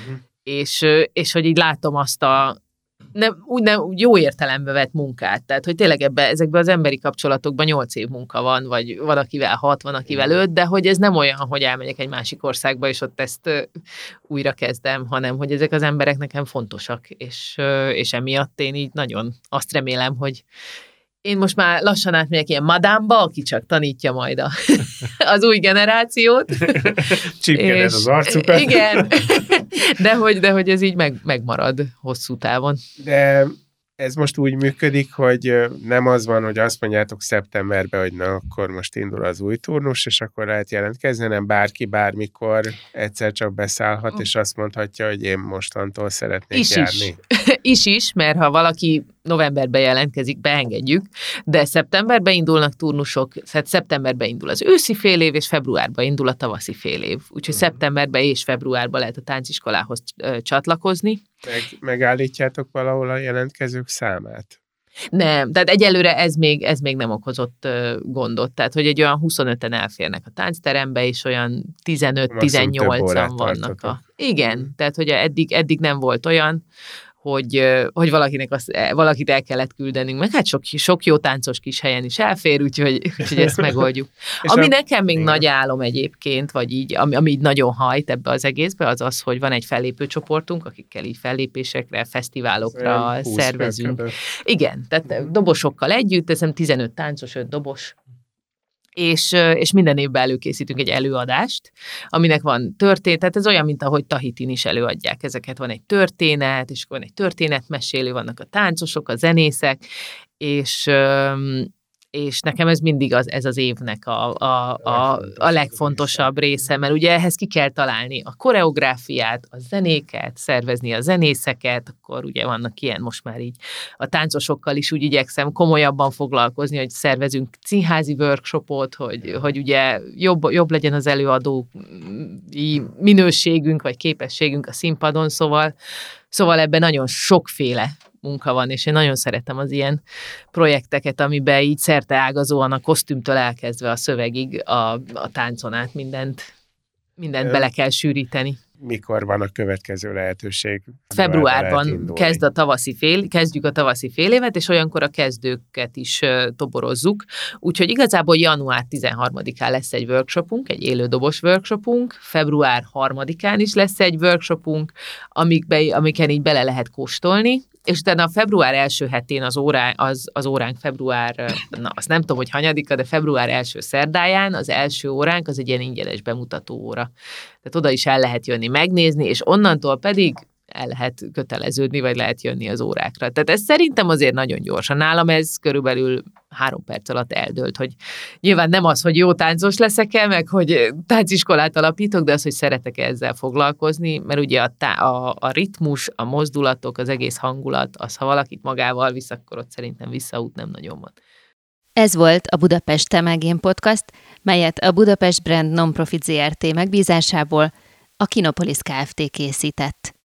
és hogy így látom azt úgy jó értelembe vett munkát. Tehát, hogy tényleg ezekben az emberi kapcsolatokban 8 év munka van, vagy van akivel 6, van akivel 5, de hogy ez nem olyan, hogy elmegyek egy másik országba, és ott ezt újra kezdem, hanem hogy ezek az emberek nekem fontosak, és emiatt én így nagyon azt remélem, hogy én most már lassan átmegyek ilyen madámba, aki csak tanítja majd az új generációt. Csipkeded az arcukat. Igen, de hogy ez így megmarad hosszú távon. De ez most úgy működik, hogy nem az van, hogy azt mondjátok szeptemberben, hogy na, akkor most indul az új turnus, és akkor lehet jelentkezni, hanem bárki bármikor egyszer csak beszállhat, és azt mondhatja, hogy én mostantól szeretnék járni. Is, mert ha valaki novemberben jelentkezik, beengedjük, de szeptemberben indulnak turnusok, tehát szeptemberben indul az őszi fél év, és februárban indul a tavaszi fél év. Úgyhogy szeptemberben és februárban lehet a tánciskolához csatlakozni. Megállítjátok valahol a jelentkezők számát? Nem, tehát egyelőre ez még nem okozott gondot. Tehát, hogy egy olyan 25-en elférnek a táncterembe, és olyan 15-18-an vannak. Igen, tehát, hogy eddig nem volt olyan, hogy valakit el kellett küldenünk, meg hát sok jó táncos kis helyen is elfér, úgyhogy ezt megoldjuk. Ami nekem még nagy álom egyébként, vagy így, ami így nagyon hajt ebbe az egészbe, az, hogy van egy fellépő csoportunk, akikkel így fellépésekre, fesztiválokra szervezünk. Igen, tehát dobosokkal együtt, ez 15 táncos, 5 dobos, és minden évben előkészítünk egy előadást, aminek van történet, tehát ez olyan, mint ahogy Tahitin is előadják ezeket. Van egy történet, és van egy történetmesélő, vannak a táncosok, a zenészek, és nekem ez mindig ez az évnek a legfontosabb része, mert ugye ehhez ki kell találni a koreográfiát, a zenéket, szervezni a zenészeket, akkor ugye vannak ilyen most már így a táncosokkal is úgy igyekszem komolyabban foglalkozni, hogy szervezünk színházi workshopot, hogy ugye jobb legyen az előadói minőségünk, vagy képességünk a színpadon, szóval ebben nagyon sokféle munka van, és én nagyon szeretem az ilyen projekteket, amiben így szerteágazóan a kosztümtől elkezdve a szövegig, a táncon át mindent bele kell sűríteni. Mikor van a következő lehetőség? Februárban kezdjük a tavaszi félévet, és olyankor a kezdőket is toborozzuk. Úgyhogy igazából január 13-án lesz egy workshopunk, egy élődobos workshopunk, február 3-án is lesz egy workshopunk, amiken így bele lehet kóstolni, és utána a február első hetén az óránk február, azt nem tudom, hogy hanyadika, de február első szerdáján az első óránk az egy ilyen ingyenes bemutató óra. Tehát oda is el lehet jönni megnézni, és onnantól pedig el lehet köteleződni, vagy lehet jönni az órákra. Tehát ez szerintem azért nagyon gyorsan. Nálam ez körülbelül 3 perc alatt eldőlt, hogy nyilván nem az, hogy jó táncos leszek-e, meg hogy tánciskolát alapítok, de az, hogy szeretek ezzel foglalkozni, mert ugye a ritmus, a mozdulatok, az egész hangulat, az, ha valakit magával visz, akkor ott szerintem visszaút nem nagyon van. Ez volt a Budapest Te meg én podcast, melyet a Budapest Brand Nonprofit Zrt. Megbízásából a Kinopolis Kft. Készített.